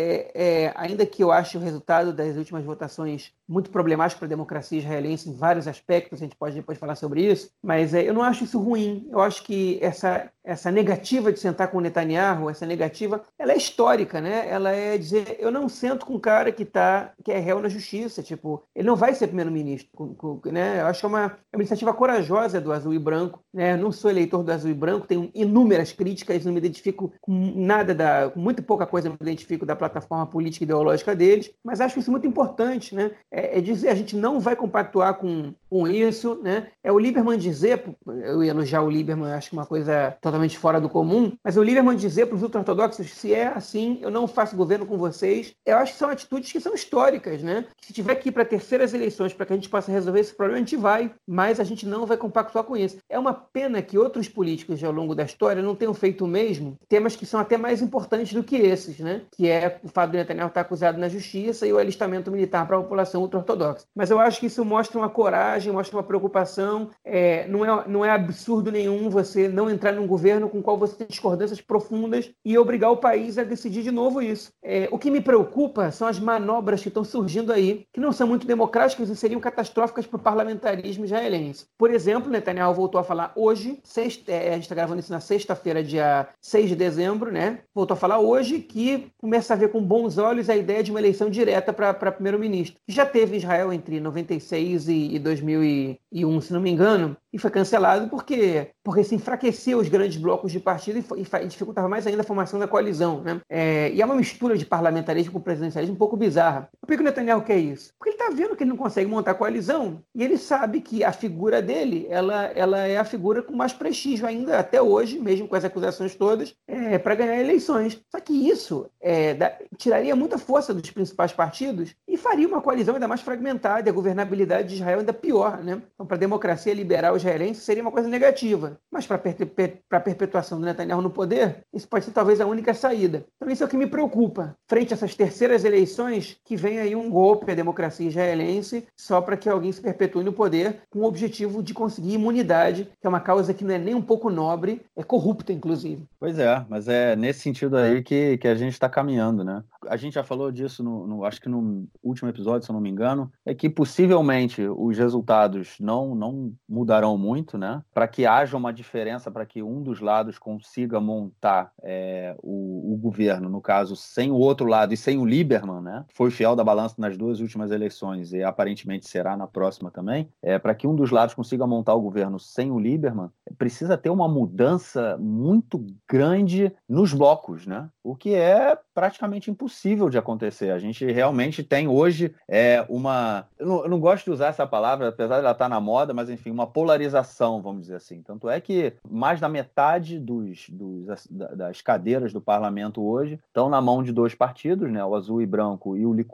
ainda que eu ache o resultado das últimas votações muito problemático para a democracia israelense em vários aspectos, a gente pode depois falar sobre isso, mas eu não acho isso ruim. Eu acho que essa negativa de sentar com o Netanyahu, essa negativa, ela é histórica, né? Ela é dizer, eu não sento com um cara que é réu na justiça, tipo, ele não vai ser primeiro-ministro, né? Eu acho que é uma iniciativa corajosa do Azul e Branco, né? Eu não sou eleitor do Azul e Branco, tenho inúmeras críticas, não me identifico com nada com muito pouca coisa eu me identifico da plataforma política e ideológica deles, mas acho isso muito importante, né? Dizer, a gente não vai compactuar com isso, né? O Lieberman dizer, eu ia elogiar o Lieberman, acho que uma coisa totalmente fora do comum, mas o Lieberman dizer para os ultra-ortodoxos, se é assim, eu não faço governo com vocês, eu acho que são atitudes que são históricas, né? Se tiver que ir para terceiras eleições para que a gente possa resolver esse problema, a gente vai, mas a gente não vai compactuar com isso. É uma pena que outros políticos ao longo da história não tenham feito o mesmo, temas que são até mais importantes do que esses, né? Que é o fato do Netanyahu estar acusado na justiça e o alistamento militar para a população ultra-ortodoxa. Mas eu acho que isso mostra uma coragem, mostra uma preocupação. Não é absurdo nenhum você não entrar num governo com o qual você tem discordâncias profundas e obrigar o país a decidir de novo isso. O que me preocupa são as manobras que estão surgindo aí, que não são muito democráticas e seriam catastróficas para o parlamentarismo israelense. Por exemplo, Netanyahu voltou a falar hoje, a gente está gravando isso na sexta-feira, dia 6 de dezembro, né? Voltou a falar hoje que começa a ver com bons olhos a ideia de uma eleição direta para primeiro-ministro. Já teve em Israel entre 96 e 2001, se não me engano, e foi cancelado porque se enfraquecia os grandes blocos de partido e dificultava mais ainda a formação da coalizão, né? E é uma mistura de parlamentarismo com presidencialismo um pouco bizarra. Por que o Netanyahu quer isso? Porque ele está vendo que ele não consegue montar coalizão e ele sabe que a figura dele ela é a figura com mais prestígio ainda até hoje, mesmo com as acusações todas, para ganhar eleições. Só que isso tiraria muita força dos principais partidos e faria uma coalizão ainda mais fragmentada e a governabilidade de Israel ainda pior, né? Então, para a democracia liberal israelense seria uma coisa negativa. Mas para a perpetuação do Netanyahu no poder, isso pode ser talvez a única saída. Então isso é o que me preocupa. Frente a essas terceiras eleições, que vem aí um golpe à democracia israelense só para que alguém se perpetue no poder com o objetivo de conseguir imunidade, que é uma causa que não é nem um pouco nobre, é corrupta, inclusive. Pois é, mas é nesse sentido aí que a gente está caminhando, né? A gente já falou disso, acho que no último episódio, se eu não me engano, é que possivelmente os resultados não mudarão muito, né? Para que haja uma diferença, para que um dos lados consiga montar o governo, no caso, sem o outro lado e sem o Lieberman, né? Foi fiel da balança nas duas últimas eleições e aparentemente será na próxima também. Para que um dos lados consiga montar o governo sem o Lieberman, precisa ter uma mudança muito grande nos blocos, né? O que é praticamente impossível de acontecer. A gente realmente tem hoje uma... Eu não gosto de usar essa palavra, apesar de ela estar na moda, mas enfim, uma polarização, vamos dizer assim. Tanto é que mais da metade das cadeiras do parlamento hoje estão na mão de dois partidos, né? O Azul e Branco e o Likud,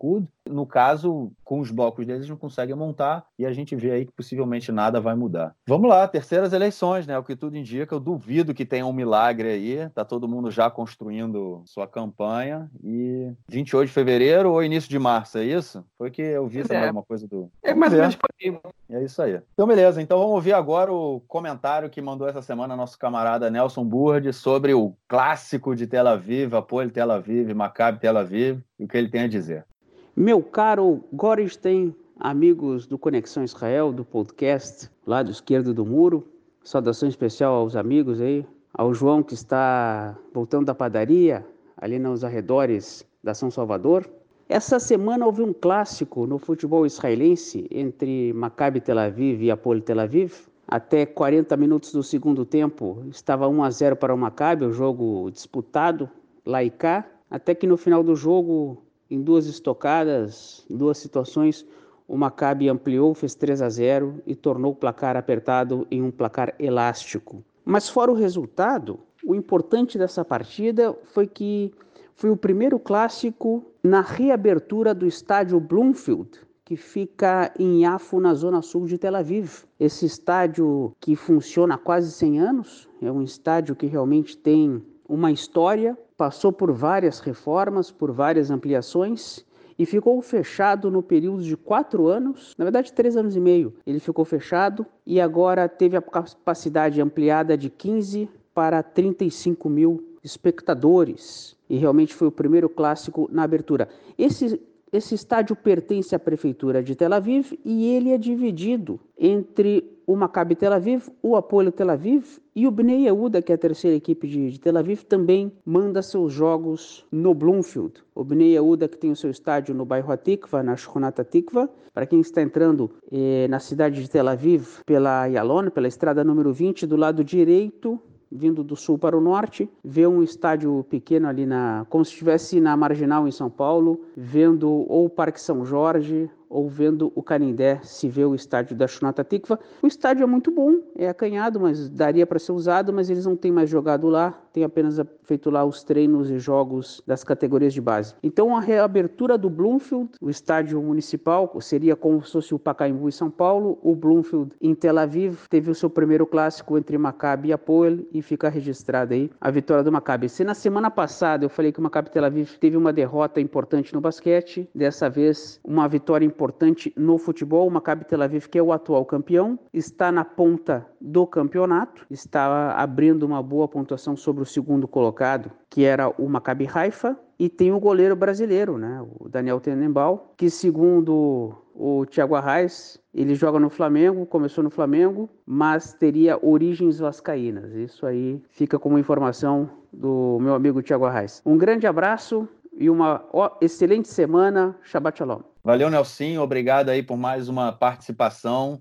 No caso, com os blocos deles, não conseguem montar e a gente vê aí que possivelmente nada vai mudar. Vamos lá, terceiras eleições, né? O que tudo indica, eu duvido que tenha um milagre aí, tá todo mundo já construindo sua campanha e 28 de fevereiro ou início de março, é isso? Foi que eu vi também alguma coisa do... É mais ou menos por aí. É isso aí. Então, beleza. Então, vamos ouvir agora o comentário que mandou essa semana nosso camarada Nelson Burd sobre o clássico de Tel Aviv, Hapoel Tel Aviv, Maccabi Tel Aviv, e o que ele tem a dizer. Meu caro Gorenstein, amigos do Conexão Israel, do podcast, lado esquerdo do muro, saudação especial aos amigos aí, ao João que está voltando da padaria, ali nos arredores da São Salvador. Essa semana houve um clássico no futebol israelense entre Maccabi Tel Aviv e Hapoel Tel Aviv. Até 40 minutos do segundo tempo estava 1-0 para o Maccabi, o jogo disputado lá e cá, até que no final do jogo, em duas estocadas, em duas situações, o Maccabi ampliou, fez 3-0 e tornou o placar apertado em um placar elástico. Mas fora o resultado, o importante dessa partida foi que foi o primeiro clássico na reabertura do estádio Bloomfield, que fica em Yafo, na zona sul de Tel Aviv. Esse estádio que funciona há quase 100 anos, é um estádio que realmente tem uma história, passou por várias reformas, por várias ampliações e ficou fechado no período de 4 anos, na verdade 3 anos e meio. Ele ficou fechado e agora teve a capacidade ampliada de 15 para 35 mil espectadores. E realmente foi o primeiro clássico na abertura. Esse estádio pertence à prefeitura de Tel Aviv e ele é dividido entre o Maccabi Tel Aviv, o Hapoel Tel Aviv e o Bnei Yehuda, que é a terceira equipe de Tel Aviv, também manda seus jogos no Bloomfield. O Bnei Yehuda, que tem o seu estádio no bairro Atikva, na Shchonat Atikva. Para quem está entrando na cidade de Tel Aviv pela Yalon, pela estrada número 20, do lado direito, vindo do sul para o norte, vê um estádio pequeno ali, como se estivesse na Marginal em São Paulo, vendo ou o Parque São Jorge, ou vendo o Canindé, se vê o estádio da Shchonat Atikva. O estádio é muito bom, é acanhado, mas daria para ser usado, mas eles não têm mais jogado lá, têm apenas feito lá os treinos e jogos das categorias de base. Então a reabertura do Bloomfield, o estádio municipal, seria como se fosse o Pacaembu em São Paulo, o Bloomfield em Tel Aviv, teve o seu primeiro clássico entre Maccabi e Hapoel e fica registrada aí a vitória do Maccabi. Se na semana passada eu falei que o Maccabi Tel Aviv teve uma derrota importante no basquete, dessa vez uma vitória importante no futebol. O Maccabi Tel Aviv, que é o atual campeão, está na ponta do campeonato, está abrindo uma boa pontuação sobre o segundo colocado, que era o Maccabi Haifa, e tem o goleiro brasileiro, né, o Daniel Tenenbaum, que segundo o Thiago Arraes, ele joga no Flamengo, começou no Flamengo, mas teria origens vascaínas. Isso aí fica como informação do meu amigo Thiago Arraes. Um grande abraço e uma excelente semana. Shabbat Shalom. Valeu, Nelsinho. Obrigado aí por mais uma participação.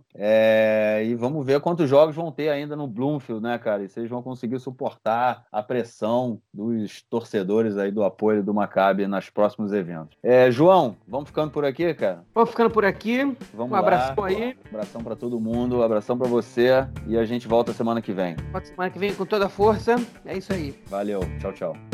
E vamos ver quantos jogos vão ter ainda no Bloomfield, né, cara? E vocês vão conseguir suportar a pressão dos torcedores aí do apoio do Maccabi nos próximos eventos. João, vamos ficando por aqui, cara? Vamos ficando por aqui. Vamos um abração aí. Um abração pra todo mundo, um abração pra você. E a gente volta semana que vem. Semana que vem com toda a força. É isso aí. Valeu. Tchau, tchau.